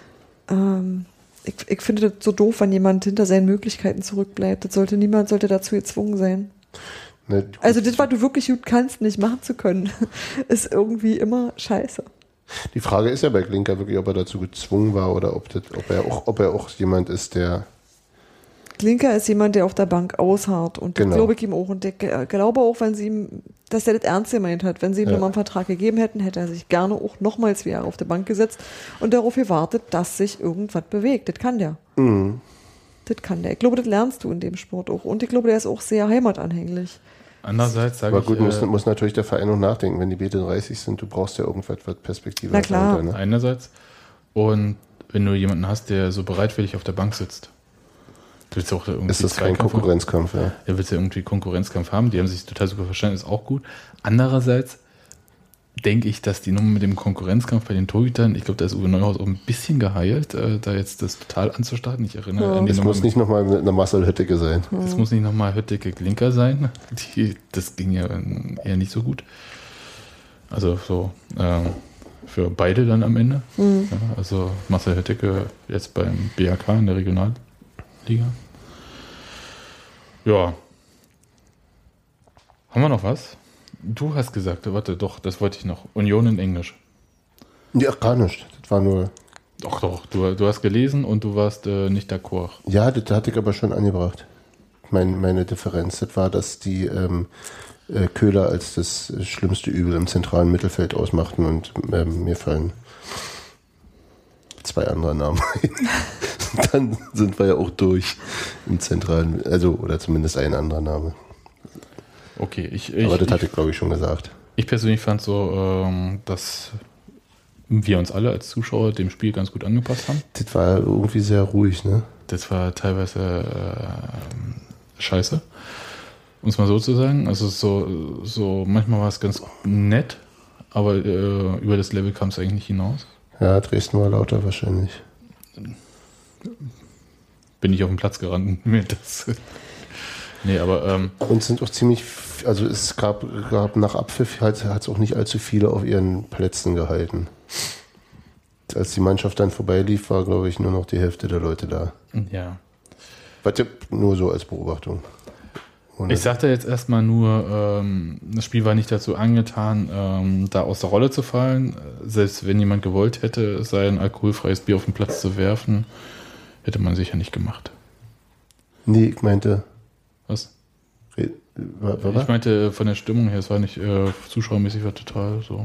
ähm, ich, ich finde das so doof, wenn jemand hinter seinen Möglichkeiten zurückbleibt. Das sollte, niemand sollte dazu gezwungen sein. Ne, also das, was du wirklich gut kannst, nicht machen zu können, ist irgendwie immer scheiße. Die Frage ist ja bei Glinka wirklich, ob er dazu gezwungen war oder ob, das, ob, er, auch, ob er auch jemand ist, der... Glinka ist jemand, der auf der Bank ausharrt und genau. Das glaube ich ihm auch. Und ich glaube auch, wenn sie ihm, dass er das ernst gemeint hat. Wenn sie ihm ja. nochmal einen Vertrag gegeben hätten, hätte er sich gerne auch nochmals wie Jahre auf der Bank gesetzt und darauf gewartet, dass sich irgendwas bewegt. Das kann der. Mhm. Das kann der. Ich glaube, das lernst du in dem Sport auch. Und ich glaube, der ist auch sehr heimatanhänglich. Andererseits sage ich... Aber gut, äh, muss, muss natürlich der Verein auch nachdenken. Wenn die B dreißig sind, du brauchst ja irgendwas, was Perspektive Na klar. Dahinter, ne? Einerseits. Und wenn du jemanden hast, der so bereitwillig auf der Bank sitzt, willst du auch irgendwie ist das kein Konkurrenzkampf, ja. Der willst du irgendwie Konkurrenzkampf haben. Die haben sich total super verstanden, ist auch gut. Andererseits denke ich, dass die Nummer mit dem Konkurrenzkampf bei den Torhütern, ich glaube, da ist Uwe Neuhaus auch ein bisschen geheilt, äh, da jetzt das total anzustarten. Ich erinnere ja. an die Es Nummer muss nicht nochmal mit einer Marcel Höttger sein. Es mhm. muss nicht nochmal Höttger Glinka sein. Die, das ging ja eher nicht so gut. Also so äh, für beide dann am Ende. Mhm. Ja, also Marcel Höttger jetzt beim B H K in der Regionalliga. Ja. Haben wir noch was? Du hast gesagt, warte, doch, das wollte ich noch. Union in Englisch. Ja, gar nicht. Das war nur. Doch, doch, du, du hast gelesen und du warst äh, nicht d'accord. Ja, das hatte ich aber schon angebracht. Mein, meine Differenz. Das war, dass die ähm, äh, Köhler als das schlimmste Übel im zentralen Mittelfeld ausmachten und ähm, mir fallen zwei andere Namen ein. Dann sind wir ja auch durch im zentralen, also oder zumindest ein anderer Name. Okay, ich, ich aber das ich, hatte ich, glaube ich, schon gesagt. Ich persönlich fand so, ähm, dass wir uns alle als Zuschauer dem Spiel ganz gut angepasst haben. Das war irgendwie sehr ruhig, ne? Das war teilweise äh, scheiße, um es mal so zu sagen. Also so, so manchmal war es ganz nett, aber äh, über das Level kam es eigentlich nicht hinaus. Ja, Dresden war lauter wahrscheinlich. Bin ich auf den Platz gerannt. Mir das. Nee, aber. Ähm, Und sind auch ziemlich. Also, es gab, gab nach Abpfiff hat es auch nicht allzu viele auf ihren Plätzen gehalten. Als die Mannschaft dann vorbeilief, war, glaube ich, nur noch die Hälfte der Leute da. Ja. Warte, nur so als Beobachtung. Ohne ich sagte jetzt erstmal nur, ähm, das Spiel war nicht dazu angetan, ähm, da aus der Rolle zu fallen. Selbst wenn jemand gewollt hätte, sein alkoholfreies Bier auf den Platz zu werfen, hätte man sicher nicht gemacht. Nee, ich meinte. Was? Re, war, war ich meinte von der Stimmung her, es war nicht äh, zuschauermäßig, war total so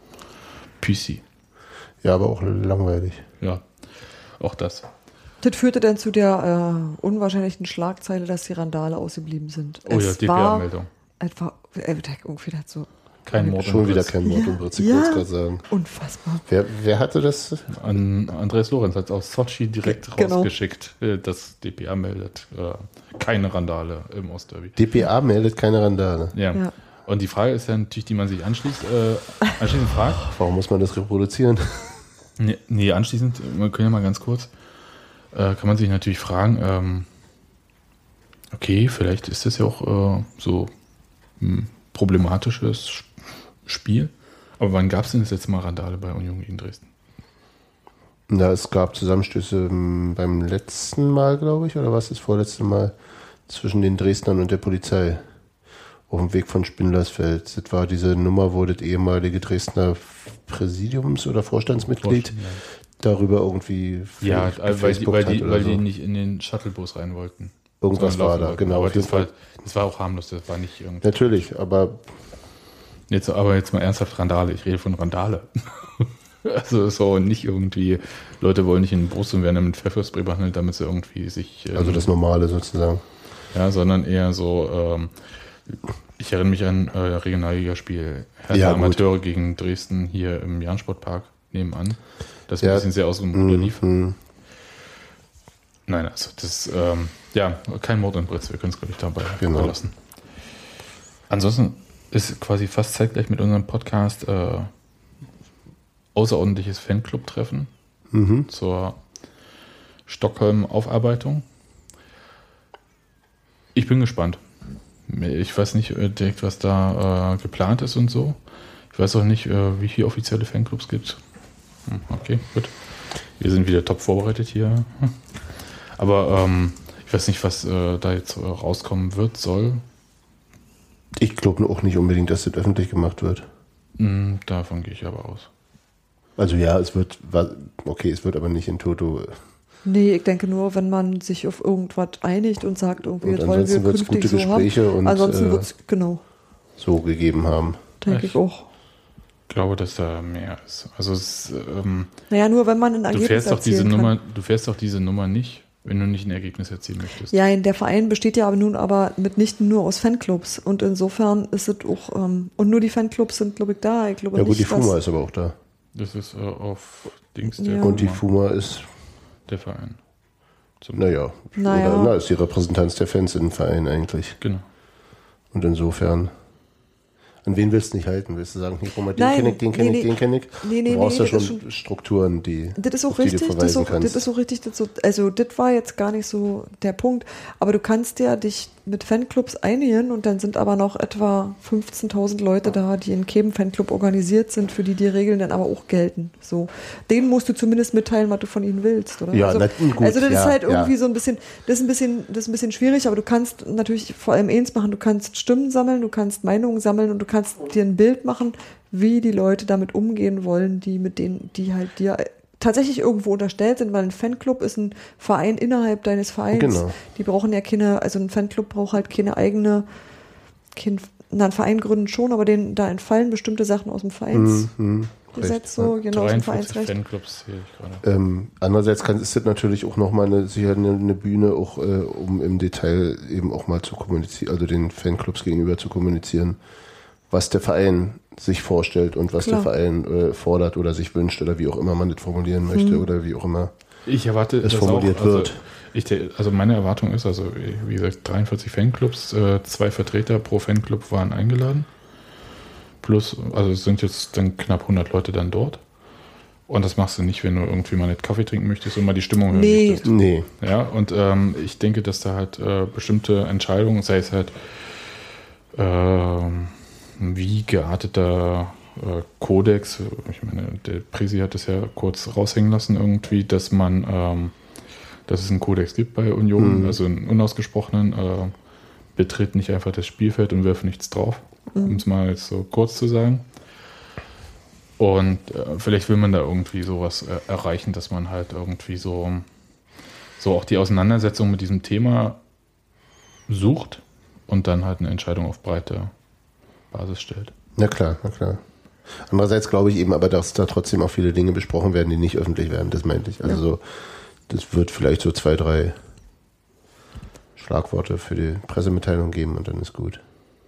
P C. Ja, aber auch langweilig. Ja, auch das. Das führte dann zu der äh, unwahrscheinlichen Schlagzeile, dass die Randale ausgeblieben sind. Oh ja, D P A-Meldung. Etwa, äh, irgendwie dazu. Kein Mord Schon und wieder Britz. kein Mord Ja, und Britz, ich ja. wollte es gerade sagen. Unfassbar. Wer, wer hatte das? An Andreas Lorenz hat es aus Sochi direkt Genau. rausgeschickt, äh, dass D P A meldet. Äh, keine Randale im Ostderby. D P A meldet keine Randale. Ja. Ja. Und die Frage ist ja natürlich, die man sich anschließt, äh, anschließend fragt. Warum muss man das reproduzieren? Nee, nee, anschließend, wir können ja mal ganz kurz, äh, kann man sich natürlich fragen, ähm, okay, vielleicht ist das ja auch äh, so ein problematisches Sp- Spiel. Aber wann gab es denn das letzte Mal Randale bei Union gegen Dresden? Na, es gab Zusammenstöße ähm, beim letzten Mal, glaube ich, oder was das vorletzte Mal zwischen den Dresdnern und der Polizei auf dem Weg von Spindlersfeld. Das war diese Nummer, wo das ehemalige Dresdner Präsidiums- oder Vorstandsmitglied Vorstand, darüber irgendwie Ja, weil, die, weil, gefacebookt die, hat oder weil so. die nicht in den Shuttlebus rein wollten. Irgendwas Sondern war laufen da, wollten. genau. Aber auf jeden das war, Fall. das war auch harmlos, das war nicht irgendwie. Natürlich, aber Jetzt, aber jetzt mal ernsthaft Randale. Ich rede von Randale. Also so nicht irgendwie, Leute wollen nicht in den Brust und werden dann mit Pfefferspray behandelt, damit sie irgendwie sich... Ähm, also das Normale sozusagen. Ja, sondern eher so, ähm, ich erinnere mich an äh, Regionalligaspiel Hertha Ja, gut. Amateure gegen Dresden hier im Jahn-Sportpark nebenan. Das Ja. ein bisschen sehr aus dem Ruder lief. Mhm. Nein, also das, ähm, ja, kein Mord und Britz, wir können es, glaube ich, dabei Genau. lassen. Ansonsten ist quasi fast zeitgleich mit unserem Podcast äh, außerordentliches Fanclub-Treffen Mhm. zur Stockholm-Aufarbeitung. Ich bin gespannt. Ich weiß nicht äh, direkt, was da äh, geplant ist und so. Ich weiß auch nicht, äh, wie viele offizielle Fanclubs gibt. Hm, okay, gut. Wir sind wieder top vorbereitet hier. Hm. Aber ähm, ich weiß nicht, was äh, da jetzt äh, rauskommen wird, soll. Ich glaube auch nicht unbedingt, dass das öffentlich gemacht wird. Hm, davon gehe ich aber aus. Also ja, es wird, wa- okay, es wird aber nicht in Toto. Nee, ich denke nur, wenn man sich auf irgendwas einigt und sagt, irgendwie, Und das wollen wir ansonsten wird's künftig gute so haben. Gespräche und, Ansonsten äh, wird es, genau, so gegeben haben. denke ich auch. Ich glaube, dass da mehr ist. Also es, ähm, Naja, nur wenn man ein du Ergebnis fährst doch diese erzielen kann. Nummer, du fährst doch diese Nummer nicht, wenn du nicht ein Ergebnis erzielen möchtest. Ja, der Verein besteht ja aber nun aber mitnichten nur aus Fanclubs und insofern ist es auch, ähm, und nur die Fanclubs sind, glaube ich, da. Ich glaube Ja gut, nicht, die Fuma dass, ist aber auch da. Das ist äh, auf Dings der, Ja. Und die Nummer, Fuma ist, der Verein. Zum naja, Naja. oder na, ist die Repräsentanz der Fans im Verein eigentlich. Genau. Und insofern, an wen willst du nicht halten? Willst du sagen, hier, guck mal, den Nein, kenne ich, den kenne nee, ich, den kenne ich? nee, nee, Du brauchst nee, ja das schon, ist Strukturen, die, Das ist auch auf die richtig, du das ist verweisen auch, kannst. das ist auch richtig, das so, also das war jetzt gar nicht so der Punkt, aber du kannst ja dich mit Fanclubs einigen und dann sind aber noch etwa fünfzehntausend Leute da, die in keinem Fanclub organisiert sind, für die die Regeln dann aber auch gelten. So, denen musst du zumindest mitteilen, was du von ihnen willst, oder? Ja, also, na, gut, also das ja, ist halt irgendwie ja. so ein bisschen, das ist ein bisschen, das ist ein bisschen schwierig, aber du kannst natürlich vor allem eins machen, du kannst Stimmen sammeln, du kannst Meinungen sammeln und du kannst dir ein Bild machen, wie die Leute damit umgehen wollen, die mit denen, die halt dir tatsächlich irgendwo unterstellt sind, weil ein Fanclub ist ein Verein innerhalb deines Vereins. Genau. Die brauchen ja keine, also ein Fanclub braucht halt keine eigene, kein, na, ein Verein gründen schon, aber den, da entfallen bestimmte Sachen aus dem Vereinsgesetz, Mhm, so, genau, aus dem dreiundvierzig Vereinsrecht. Fanclubs sehe ich gerade. Ähm, andererseits kann, ist das natürlich auch nochmal eine, sicher eine, eine Bühne, auch äh, um im Detail eben auch mal zu kommunizieren, also den Fanclubs gegenüber zu kommunizieren, was der Verein sich vorstellt und was Klar. der Verein äh, fordert oder sich wünscht oder wie auch immer man das formulieren möchte Mhm. oder wie auch immer Ich erwarte, es das formuliert auch, also wird. Ich, also meine Erwartung ist, also wie gesagt, dreiundvierzig Fanclubs, äh, zwei Vertreter pro Fanclub waren eingeladen. Plus, also es sind jetzt dann knapp hundert Leute dann dort. Und das machst du nicht, wenn du irgendwie mal nicht Kaffee trinken möchtest und mal die Stimmung hören Nee. möchtest. Nee. Ja, und ähm, ich denke, dass da halt äh, bestimmte Entscheidungen, sei es halt ähm, wie gearteter äh, Kodex, ich meine, der Presi hat das ja kurz raushängen lassen irgendwie, dass man, ähm, dass es einen Kodex gibt bei Union, Mhm. also einen unausgesprochenen, äh, betritt nicht einfach das Spielfeld und wirf nichts drauf, Mhm. um es mal jetzt so kurz zu sagen. Und äh, vielleicht will man da irgendwie sowas äh, erreichen, dass man halt irgendwie so, so auch die Auseinandersetzung mit diesem Thema sucht und dann halt eine Entscheidung auf breite Basis stellt. Na klar, na klar. Andererseits glaube ich eben aber, dass da trotzdem auch viele Dinge besprochen werden, die nicht öffentlich werden, das meinte ich. Also Ja. so, das wird vielleicht so zwei, drei Schlagworte für die Pressemitteilung geben und dann ist gut.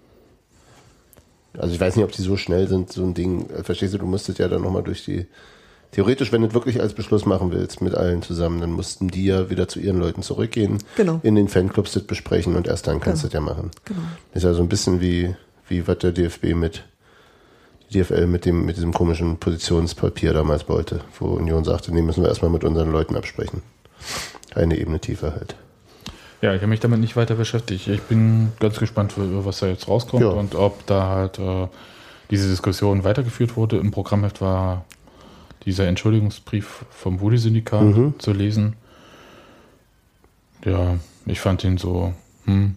Also ich weiß nicht, ob die so schnell sind, so ein Ding. Verstehst du, du musstest ja dann nochmal durch die... Theoretisch, wenn du das wirklich als Beschluss machen willst mit allen zusammen, dann mussten die ja wieder zu ihren Leuten zurückgehen, Genau. in den Fanclubs das besprechen und erst dann kannst du Genau. das ja machen. Genau. Ist ja so ein bisschen wie, wie was der D F B mit, die D F L mit dem, mit diesem komischen Positionspapier damals wollte, wo Union sagte, nee, müssen wir erstmal mit unseren Leuten absprechen. Eine Ebene tiefer halt. Ja, ich habe mich damit nicht weiter beschäftigt. Ich bin ganz gespannt, was da jetzt rauskommt Ja. und ob da halt äh, diese Diskussion weitergeführt wurde. Im Programmheft war dieser Entschuldigungsbrief vom Woody-Syndikat Mhm. zu lesen. Ja, ich fand ihn so, hm,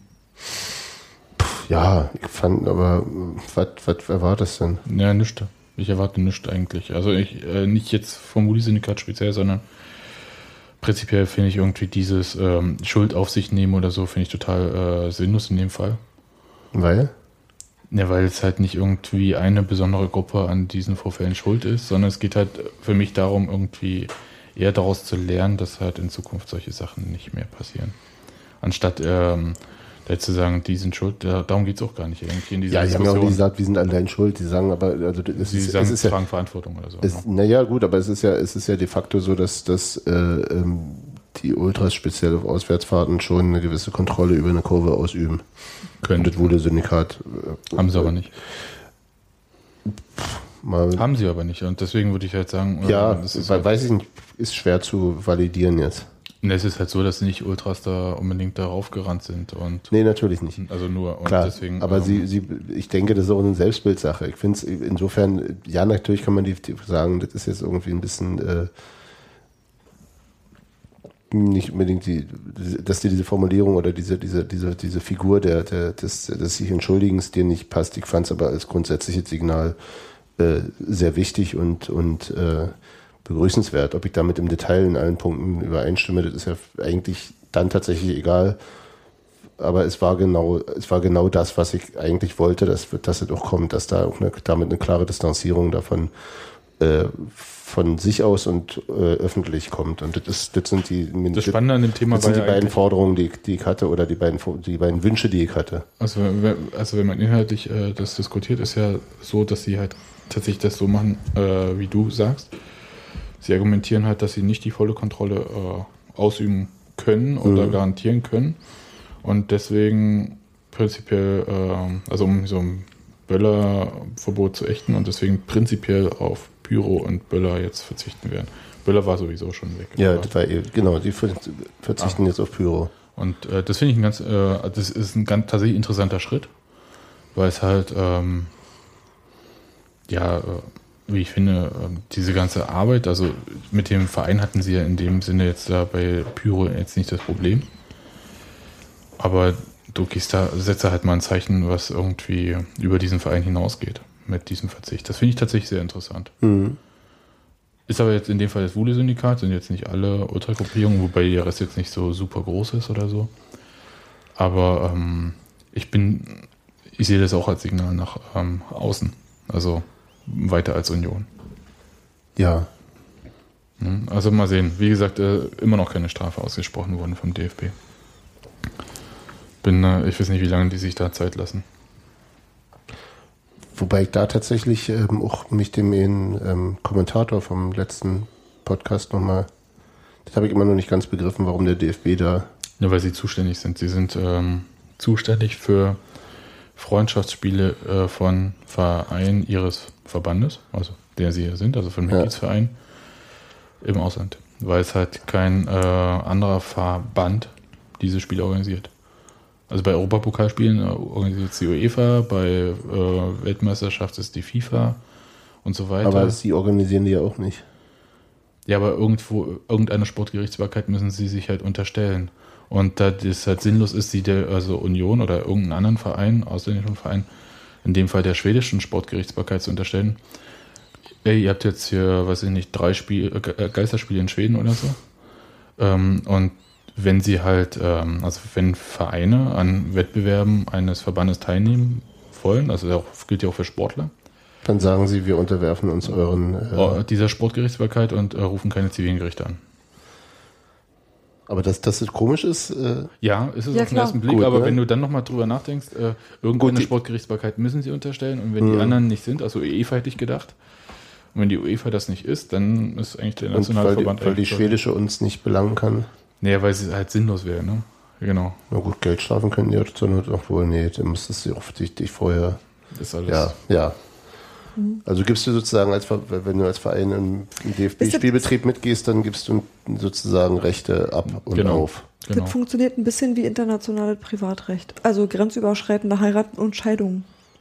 Ja, ich fand aber, was, was, wer war das denn? ja, nichts. Ich erwarte nichts eigentlich. Also ich, äh, nicht jetzt vom Woody-Syndikat speziell, sondern prinzipiell finde ich irgendwie dieses ähm, Schuld auf sich nehmen oder so, finde ich total äh, sinnlos in dem Fall. Weil? Ja, weil es halt nicht irgendwie eine besondere Gruppe an diesen Vorfällen schuld ist, sondern es geht halt für mich darum, irgendwie eher daraus zu lernen, dass halt in Zukunft solche Sachen nicht mehr passieren. Anstatt ähm, da zu sagen, die sind schuld, da, darum geht es auch gar nicht irgendwie in dieser Ja, die haben ja auch Diskussion. nicht gesagt, wir sind allein schuld. Die sagen aber, also es Sie ist, sagen, es ist ja, tragen Verantwortung oder so. es, naja, gut, aber es ist ja, es ist ja de facto so, dass, dass äh, ähm, die Ultras speziell auf Auswärtsfahrten schon eine gewisse Kontrolle über eine Kurve ausüben. Können. Und das wurde Syndikat. Äh, Haben sie aber nicht. Mal, Haben sie aber nicht. Und deswegen würde ich halt sagen, ja, äh, das ist, weil, halt, weiß ich nicht, ist schwer zu validieren jetzt. ne, es ist halt so, dass nicht Ultras da unbedingt darauf gerannt sind. Und Nee, natürlich nicht. also nur. Und Klar, deswegen, aber ähm, sie, sie, ich denke, das ist auch eine Selbstbildsache. Ich finde es insofern, ja, natürlich kann man die, die sagen, das ist jetzt irgendwie ein bisschen äh, nicht unbedingt die, dass dir diese Formulierung oder diese, diese, diese, diese Figur der, der, des, des sich Entschuldigens dir nicht passt. Ich fand es aber als grundsätzliches Signal äh, sehr wichtig und, und äh, begrüßenswert. Ob ich damit im Detail in allen Punkten übereinstimme, das ist ja eigentlich dann tatsächlich egal. Aber es war genau, es war genau das, was ich eigentlich wollte, dass, dass es auch kommt, dass da auch eine, damit eine klare Distanzierung davon äh, von sich aus und äh, öffentlich kommt. Und das, ist, das sind die, das Spannende an dem Thema das sind war die ja beiden eigentlich- Forderungen, die, die ich hatte, oder die beiden, die beiden Wünsche, die ich hatte. Also, wenn- also wenn man inhaltlich äh, das diskutiert, ist ja so, dass sie halt tatsächlich das so machen, äh, wie du sagst. Sie argumentieren halt, dass sie nicht die volle Kontrolle äh, ausüben können oder Mhm. garantieren können. Und deswegen prinzipiell, äh, also um so ein Böller-Verbot zu ächten und deswegen prinzipiell auf Pyro und Böller jetzt verzichten werden. Böller war sowieso schon weg. Ja, Aber- das war eh, genau, die ver- verzichten jetzt auf Pyro. Und äh, das finde ich ein ganz, äh, das ist ein ganz tatsächlich interessanter Schritt, weil es halt, ähm, ja, äh, wie ich finde, äh, diese ganze Arbeit, also mit dem Verein hatten sie ja in dem Sinne jetzt da bei Pyro jetzt nicht das Problem. Aber du gehst da, setze halt mal ein Zeichen, was irgendwie über diesen Verein hinausgeht mit diesem Verzicht. Das finde ich tatsächlich sehr interessant. Mhm. Ist aber jetzt in dem Fall das Wule-Syndikat, sind jetzt nicht alle Ultragruppierungen, wobei der Rest jetzt nicht so super groß ist oder so. Aber ähm, ich bin, ich sehe das auch als Signal nach ähm, außen, also weiter als Union. Ja. Also mal sehen. Wie gesagt, äh, immer noch keine Strafe ausgesprochen worden vom D F B. Bin, äh, ich weiß nicht, wie lange die sich da Zeit lassen. Wobei ich da tatsächlich ähm, auch mich dem ähm, Kommentator vom letzten Podcast nochmal, das habe ich immer noch nicht ganz begriffen, warum der D F B da... Nur weil sie zuständig sind. Sie sind ähm, zuständig für Freundschaftsspiele äh, von Vereinen ihres Verbandes, also der sie hier sind, also von Mitgliedsvereinen ja. im Ausland. Weil es halt kein äh, anderer Verband diese Spiele organisiert. Also bei Europapokalspielen äh, organisiert es die UEFA, bei äh, Weltmeisterschaft ist die FIFA und so weiter. Aber sie organisieren die ja auch nicht. Ja, aber irgendwo, irgendeine Sportgerichtsbarkeit müssen sie sich halt unterstellen. Und da das halt sinnlos ist, sie der, also Union oder irgendeinen anderen Verein, ausländischen Verein, in dem Fall der schwedischen Sportgerichtsbarkeit zu unterstellen. Ey, ihr habt jetzt hier, weiß ich nicht, drei Spiel, äh, Geisterspiele in Schweden oder so. Ähm, und wenn sie halt, ähm, also wenn Vereine an Wettbewerben eines Verbandes teilnehmen wollen, also das gilt ja auch für Sportler. Dann sagen sie, wir unterwerfen uns euren... Äh, dieser Sportgerichtsbarkeit und äh, rufen keine zivilen Gerichte an. Aber dass das komisch ist... Äh ja, ist es ja, auf den klar. ersten Blick, Gut, aber ne? wenn du dann nochmal drüber nachdenkst, äh, irgendeine Sportgerichtsbarkeit müssen sie unterstellen und wenn mhm. die anderen nicht sind, also UEFA hätte ich gedacht, und wenn die UEFA das nicht ist, dann ist eigentlich der nationale weil Verband... Die, weil die schwedische uns nicht belangen kann. Nee, weil sie halt sinnlos wäre, ne? Genau. Na gut, Geldstrafen können die zur Not auch wohl, nee, dann müsstest du auch dich, dich vorher... Das ist alles... Ja, ja. Also gibst du sozusagen, als, wenn du als Verein im D F B-Spielbetrieb mitgehst, dann gibst du sozusagen Rechte ab und genau. auf. Genau. Das funktioniert ein bisschen wie internationales Privatrecht. Also grenzüberschreitende Heiraten und Scheidungen.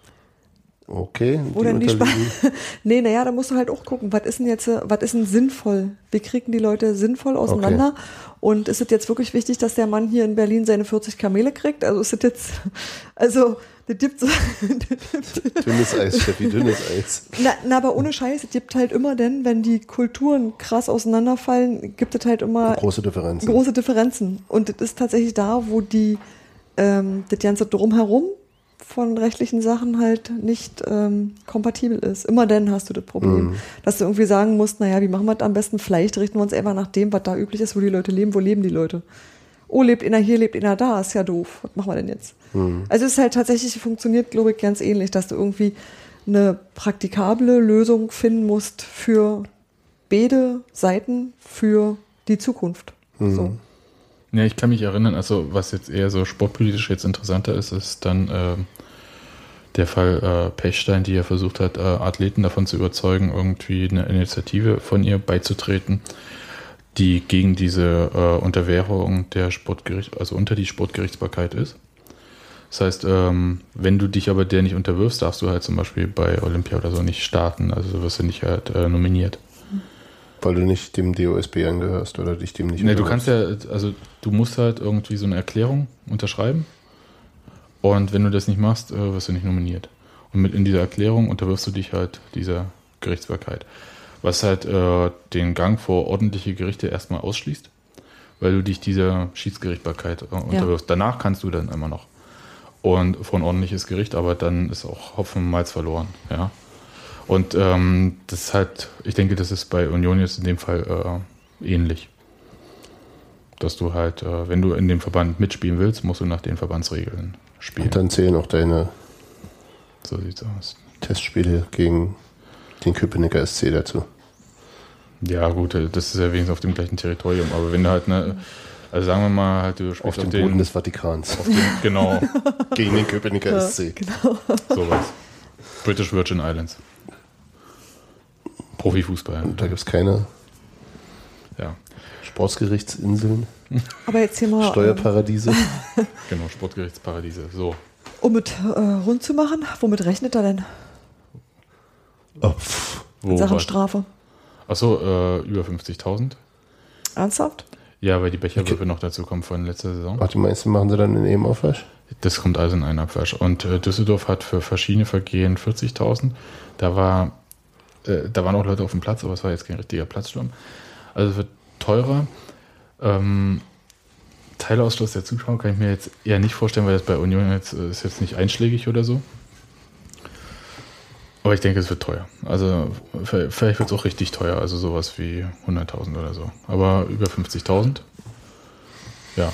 Okay. Oder in die Sp- Nee, naja, da musst du halt auch gucken, was ist denn jetzt, was ist denn sinnvoll? Wie kriegen die Leute sinnvoll auseinander? Okay. Und ist es jetzt wirklich wichtig, dass der Mann hier in Berlin seine vierzig Kamele kriegt? Also ist es jetzt, also, das gibt so. Dünnes Eis, Steffi, dünnes Eis. Na, na, aber ohne Scheiß, es gibt halt immer denn, wenn die Kulturen krass auseinanderfallen, gibt es halt immer große Differenzen. Große Differenzen. Und das ist tatsächlich da, wo die, ähm, das ganze Drumherum von rechtlichen Sachen halt nicht ähm, kompatibel ist. Immer dann hast du das Problem, mm. dass du irgendwie sagen musst, naja, wie machen wir das am besten? Vielleicht richten wir uns einfach nach dem, was da üblich ist, wo die Leute leben. Wo leben die Leute? Oh, lebt einer hier, lebt einer da, ist ja doof. Was machen wir denn jetzt? Mm. Also es ist halt tatsächlich, funktioniert, glaube ich, ganz ähnlich, dass du irgendwie eine praktikable Lösung finden musst für beide Seiten, für die Zukunft. Mm. So. Ja, ich kann mich erinnern, also was jetzt eher so sportpolitisch jetzt interessanter ist, ist dann äh, der Fall äh, Pechstein, die ja versucht hat, äh, Athleten davon zu überzeugen, irgendwie eine Initiative von ihr beizutreten, die gegen diese äh, Unterwerfung der Sportgericht, also unter die Sportgerichtsbarkeit ist. Das heißt, ähm, wenn du dich aber der nicht unterwirfst, darfst du halt zum Beispiel bei Olympia oder so nicht starten, also wirst du nicht halt äh, nominiert. Weil du nicht dem D O S B angehörst oder dich dem nicht Nee, du kannst ja, also du musst halt irgendwie so eine Erklärung unterschreiben und wenn du das nicht machst, wirst du nicht nominiert. Und mit in dieser Erklärung unterwirfst du dich halt dieser Gerichtsbarkeit. Was halt äh, den Gang vor ordentliche Gerichte erstmal ausschließt, weil du dich dieser Schiedsgerichtsbarkeit äh, unterwirfst. Ja. Danach kannst du dann immer noch. Und vor ein ordentliches Gericht, aber dann ist auch Hopfen und Malz verloren, ja. Und ähm, das ist halt, ich denke, das ist bei Union jetzt in dem Fall äh, ähnlich. Dass du halt, äh, wenn du in dem Verband mitspielen willst, musst du nach den Verbandsregeln spielen. Und dann zählen auch deine so sieht's aus. Testspiele gegen den Köpenicker S C dazu. Ja gut, das ist ja wenigstens auf dem gleichen Territorium, aber wenn du halt eine, also sagen wir mal, halt du spielst auf dem auf den, Boden des Vatikans. Auf den, genau. Gegen den Köpenicker ja, S C. Genau. Sowas. British Virgin Islands. Profifußball. Und da gibt es keine ja. Sportgerichtsinseln. Aber jetzt hier mal. Steuerparadiese. Ähm, genau, Sportgerichtsparadiese. So. Um mit äh, rund zu machen, womit rechnet er denn? Oh, in Sachen Strafe. Achso, äh, über fünfzigtausend. Ernsthaft? Ja, weil die Becherwürfe okay. noch dazu kommen von letzter Saison. Ach, die meisten machen sie dann in eben Aufwasch? Das kommt also in einen Abwasch. Und äh, Düsseldorf hat für verschiedene Vergehen vierzigtausend. Da war, äh, da waren auch Leute auf dem Platz, aber es war jetzt kein richtiger Platzsturm. Also es wird teurer. Ähm, Teilausschluss der Zuschauer kann ich mir jetzt eher nicht vorstellen, weil das bei Union jetzt ist jetzt nicht einschlägig oder so. Aber ich denke, es wird teuer. Also vielleicht wird es auch richtig teuer, also sowas wie hunderttausend oder so. Aber über fünfzigtausend, ja.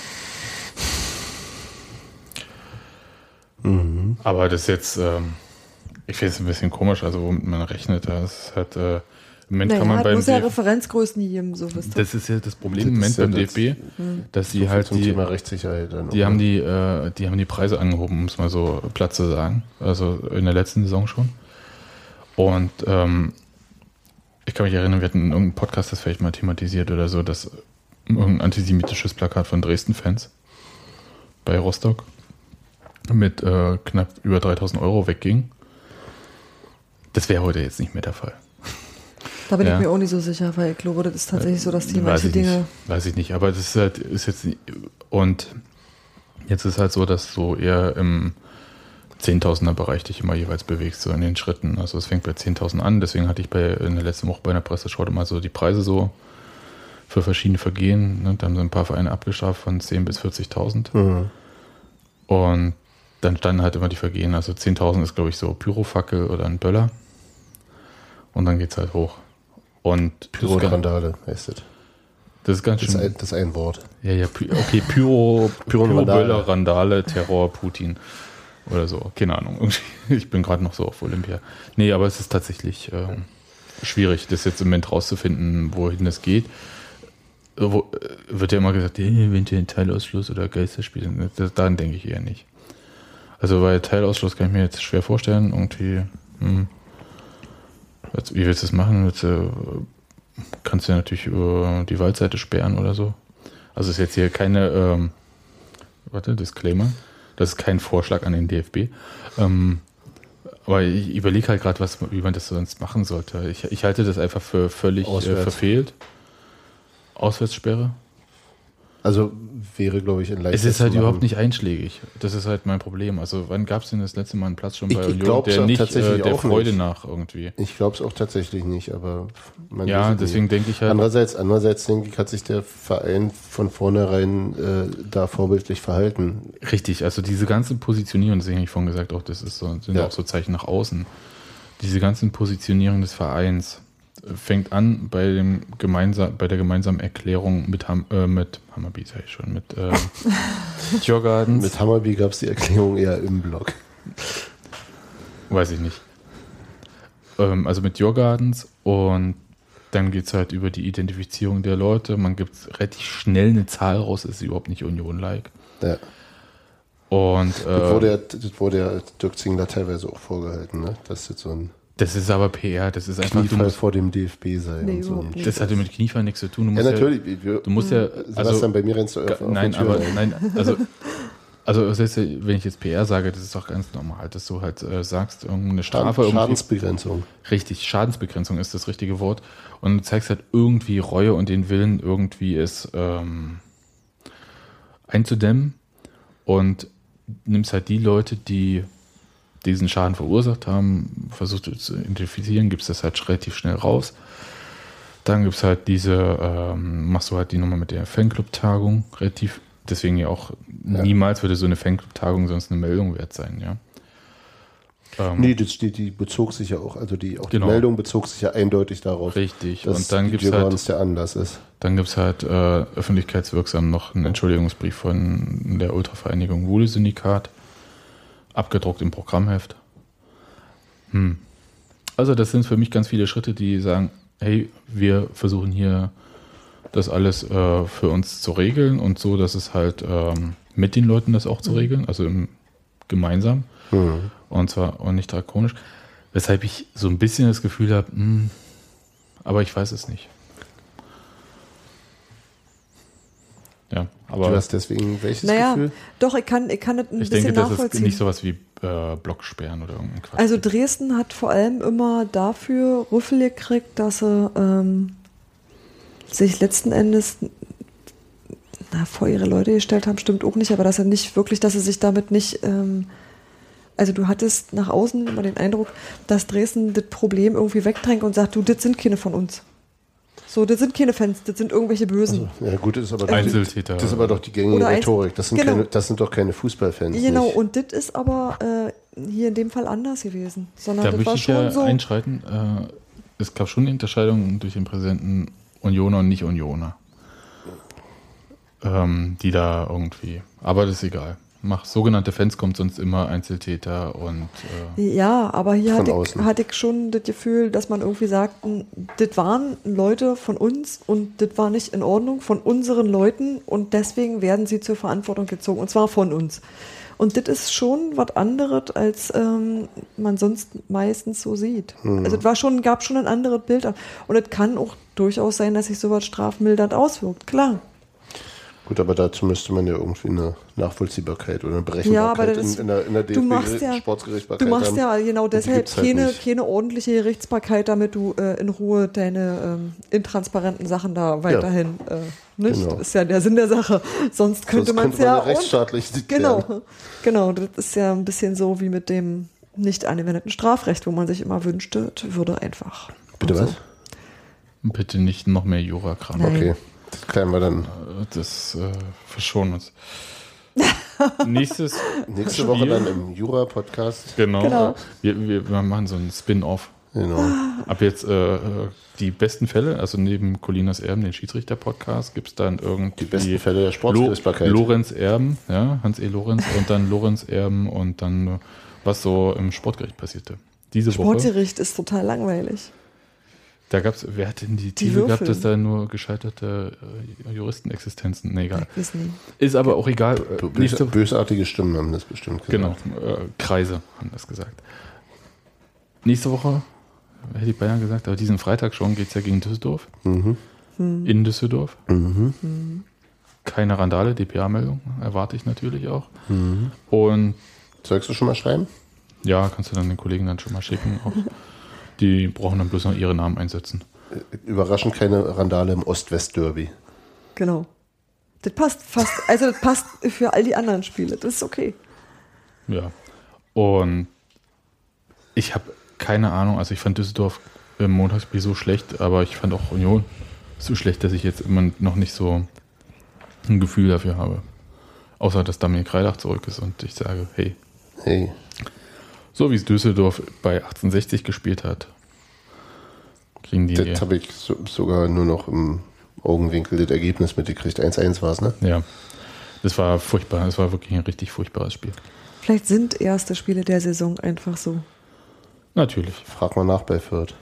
Mhm. Aber das ist jetzt, ähm, ich finde es ein bisschen komisch, also womit man rechnet, das hat, äh, im Moment naja, kann man beim muss ja D F B, Referenzgrößen geben, so wisst ihr. das ist ja das Problem im Das Moment ist ja beim D das- F B, dass sie So halt zum die, Thema Rechtssicherheit dann. die auch, haben ne? die, äh, die haben die Preise angehoben, um es mal so platt zu sagen, also in der letzten Saison schon. Und ähm, ich kann mich erinnern, wir hatten in irgendeinem Podcast das vielleicht mal thematisiert oder so, dass irgendein antisemitisches Plakat von Dresden-Fans bei Rostock mit äh, knapp über dreitausend Euro wegging. Das wäre heute jetzt nicht mehr der Fall. Da bin Ja. ich mir auch nicht so sicher, weil ich glaube, das ist tatsächlich so, dass die Weiß manche ich Dinge... nicht. Weiß ich nicht, aber das ist halt, ist jetzt nicht, und jetzt ist halt so, dass so eher im Zehntausender-Bereich dich immer jeweils bewegst, so in den Schritten. Also es fängt bei zehntausend an, deswegen hatte ich bei, in der letzten Woche bei einer Presseschau immer so die Preise so für verschiedene Vergehen. Ne? Da haben sie ein paar Vereine abgestraft von zehntausend bis vierzigtausend. Mhm. Und dann standen halt immer die Vergehen. Also zehntausend ist, glaube ich, so Pyrofackel oder ein Böller. Und dann geht es halt hoch. Und das Pyro ist und ga- Randale heißt das. das ist ganz Das ist schön. ein, das ist ein Wort. Ja, ja, Py- okay, Pyro, Pyro und Pyro Randale. Böller, Randale, Terror, Putin oder so. Keine Ahnung. Irgendwie. Ich bin gerade noch so auf Olympia. Nee, aber es ist tatsächlich ähm, schwierig, das jetzt im Moment rauszufinden, wohin das geht. Äh, Wo, äh, wird ja immer gesagt, hey, eventuell Teilausschluss oder Geisterspiele. Das, daran denke ich eher nicht. Also bei Teilausschluss kann ich mir jetzt schwer vorstellen. Irgendwie, hm, was- wie willst du das machen? Willst du, kannst du ja natürlich über die Waldseite sperren oder so. Also ist jetzt hier keine, ähm, warte, Disclaimer, das ist kein Vorschlag an den D F B. Ähm, aber ich überlege halt gerade, was, wie man das sonst machen sollte. Ich, ich halte das einfach für völlig äh, Auswärts. verfehlt. Auswärtssperre? Also wäre, glaube ich, ein leichtes Es ist halt zu machen. überhaupt nicht einschlägig. Das ist halt mein Problem. Also wann gab es denn das letzte Mal einen Platz schon Ich- bei ich Union, glaub's der auch nicht tatsächlich äh, der auch Freude nicht. nach irgendwie? Ich glaube es auch tatsächlich nicht, aber man Ja, weiß es deswegen nicht. denke ich halt, Andererseits, andererseits denke ich, hat sich der Verein von vornherein äh, da vorbildlich verhalten. richtig, also diese ganzen Positionierungen, deswegen habe ich vorhin gesagt, auch das ist so, sind Ja. auch so Zeichen nach außen. Diese ganzen Positionierungen des Vereins äh, fängt an bei dem gemeinsam, bei der gemeinsamen Erklärung mit, Ham, äh, mit Hammarby, sag ich schon, mit äh, Tjörgardens. Mit Hammarby gab es die Erklärung eher im Blog. Weiß ich nicht. Ähm, also mit Jörgardens und dann geht es halt über die Identifizierung der Leute. Man gibt relativ schnell eine Zahl raus, ist überhaupt nicht Union-like. Ja. Und Das äh, wurde ja, das wurde ja Dirk Zingler teilweise auch vorgehalten, ne? Dass das so ein das ist aber P R, das ist einfach, du Kniefall musst, vor dem D F B sei. Nee, und so. überhaupt nicht. das hatte mit Kniefall nichts zu tun. Du Ja, musst natürlich. Wir, du musst ja, Sebastian, also, bei mir rennst du ga- auf, auf nein, die Tür aber rein. nein, also, also selbst wenn ich jetzt P R sage, das ist doch ganz normal, dass du halt äh, sagst, irgendeine Strafe, Schaden, irgendwie, Schadensbegrenzung. richtig, Schadensbegrenzung ist das richtige Wort. Und du zeigst halt irgendwie Reue und den Willen, irgendwie es ähm, einzudämmen und nimmst halt die Leute, die diesen Schaden verursacht haben, versuchst du zu identifizieren, gibst das halt relativ schnell raus. Dann gibt es halt diese, ähm, machst du halt die Nummer mit der Fanclub-Tagung relativ, deswegen ja auch Ja. niemals würde so eine Fanclub-Tagung sonst eine Meldung wert sein, ja. Ähm, Nee, das, die, die bezog sich ja auch, also die, auch Genau. die Meldung bezog sich ja eindeutig darauf, Richtig. dass Und dann die gibt es Jörgardens halt, der Anlass ist. dann gibt's halt äh, öffentlichkeitswirksam noch einen Entschuldigungsbrief von der Ultravereinigung Wuhle-Syndikat, abgedruckt im Programmheft. Hm. Also das sind für mich ganz viele Schritte, die sagen, hey, wir versuchen hier das alles äh, für uns zu regeln und so, dass es halt ähm, mit den Leuten das auch zu regeln, also im, gemeinsam Mhm. und zwar auch nicht drakonisch, weshalb ich so ein bisschen das Gefühl habe, hm, aber ich weiß es nicht. Ja, aber Du hast deswegen welches Naja, Gefühl? doch, ich kann, ich kann das ein ich bisschen denke, das ist nachvollziehen. nicht sowas wie äh, Blocksperren oder irgendein Quatsch. Also Dresden hat vor allem immer dafür Rüffel gekriegt, dass sie ähm, sich letzten Endes, na, vor ihre Leute gestellt haben, stimmt auch nicht, aber dass er nicht wirklich, dass sie sich damit nicht, ähm, also du hattest nach außen immer den Eindruck, dass Dresden das Problem irgendwie wegdrängt und sagt, du, das sind keine von uns. So, das sind keine Fans, das sind irgendwelche Bösen. Also, ja gut, das ist aber, Einzeltäter. Das ist aber doch die gängige Oder Rhetorik. Das sind, genau. keine, das sind doch keine Fußballfans. Genau, nicht. und das ist aber äh, hier in dem Fall anders gewesen. Sondern Da das möchte war ich schon ja so. einschreiten. Äh, es gab schon die Unterscheidung durch den Präsidenten Unioner und Nicht-Unioner. Ähm, die da irgendwie, aber das ist egal. Mach sogenannte Fans kommt sonst immer Einzeltäter und äh, Ja, aber hier Von hatte außen. ich, hatte ich schon das Gefühl, dass man irgendwie sagt, n- das waren Leute von uns und das war nicht in Ordnung von unseren Leuten und deswegen werden sie zur Verantwortung gezogen und zwar von uns. Und das ist schon was anderes, als ähm, man sonst meistens so sieht. Hm. Also es war schon, gab schon ein anderes Bild. Und es kann auch durchaus sein, dass sich sowas strafmildernd auswirkt, klar. Gut, aber dazu müsste man ja irgendwie eine Nachvollziehbarkeit oder eine Ja, Berechenbarkeit aber das, in, in der, in der du machst ja, D F B-Sportsgerichtsbarkeit du machst haben. ja genau Und die deshalb gibt's halt keine, nicht. keine ordentliche Gerichtsbarkeit, damit du äh, in Ruhe deine ähm, intransparenten Sachen da weiterhin äh, nicht. Genau. Das ist ja der Sinn der Sache. Sonst könnte Sonst man es könnte man ja ja rechtsstaatlich und, klären. genau, genau. Das ist ja ein bisschen so wie mit dem nicht angewendeten Strafrecht, wo man sich immer wünschte, das würde einfach. Bitte und was? so. bitte nicht noch mehr Jura-Kram. Nein. Okay, das klären wir dann Äh, Das äh, verschonen uns. Nächstes nächste Spiel. Woche dann im Jura-Podcast. Genau. Genau. Wir, wir, wir machen so einen Spin-off. Genau. Ab jetzt äh, die besten Fälle, also neben Colinas Erben, den Schiedsrichter-Podcast, gibt es dann irgendwie Die besten Fälle der Sportsgerichtsbarkeit. Lo Lorenz Erben, ja, Hans E. Lorenz und dann Lorenz Erben und dann äh, was so im Sportgericht passierte. Diese Woche, Sportgericht ist total langweilig. da gab es, wer hat denn die, Die These gehabt, Würfel. dass da nur gescheiterte äh, Juristenexistenzen, nee, egal. Ich weiß nicht. Ist aber auch egal. Äh, Böse, nächste, bösartige Stimmen haben das bestimmt gesagt. genau, äh, Kreise haben das gesagt. Nächste Woche, hätte ich beinahe gesagt, aber diesen Freitag schon geht es ja gegen Düsseldorf. Mhm. In Düsseldorf. Mhm. Keine Randale, D P A-Meldung, erwarte ich natürlich auch. Mhm. Und Sollst du schon mal schreiben? ja, kannst du dann den Kollegen dann schon mal schicken. Auch. Die brauchen dann bloß noch ihre Namen einsetzen. Überraschend keine Randale im Ost-West-Derby. Genau. Das passt fast, also das passt für all die anderen Spiele. Das ist okay. Ja. Und ich habe keine Ahnung, also ich fand Düsseldorf im Montagsspiel so schlecht, aber ich fand auch Union so schlecht, dass ich jetzt immer noch nicht so ein Gefühl dafür habe. Außer, dass Damir Kreidach zurück ist und ich sage, hey, Hey, so wie es Düsseldorf bei achtzehnhundertsechzig gespielt hat, kriegen die... das habe ich so, sogar nur noch im Augenwinkel das Ergebnis mitgekriegt. eins eins war es, ne? Ja, das war furchtbar. Das war wirklich ein richtig furchtbares Spiel. Vielleicht sind erste Spiele der Saison einfach so. Natürlich. Frag mal nach bei Fürth.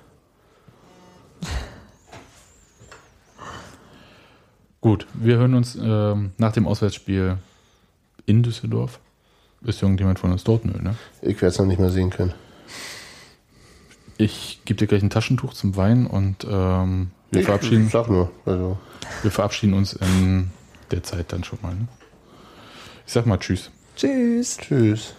Gut, wir hören uns ähm, nach dem Auswärtsspiel in Düsseldorf. Ist irgendjemand von uns dort? Nö, ne? Ich werde es noch nicht mehr sehen können. Ich gebe dir gleich ein Taschentuch zum Weinen und ähm, wir, verabschieden, Ich sag nur. Also. wir verabschieden uns in der Zeit dann schon mal. Ne? Ich sag mal Tschüss. Tschüss. Tschüss.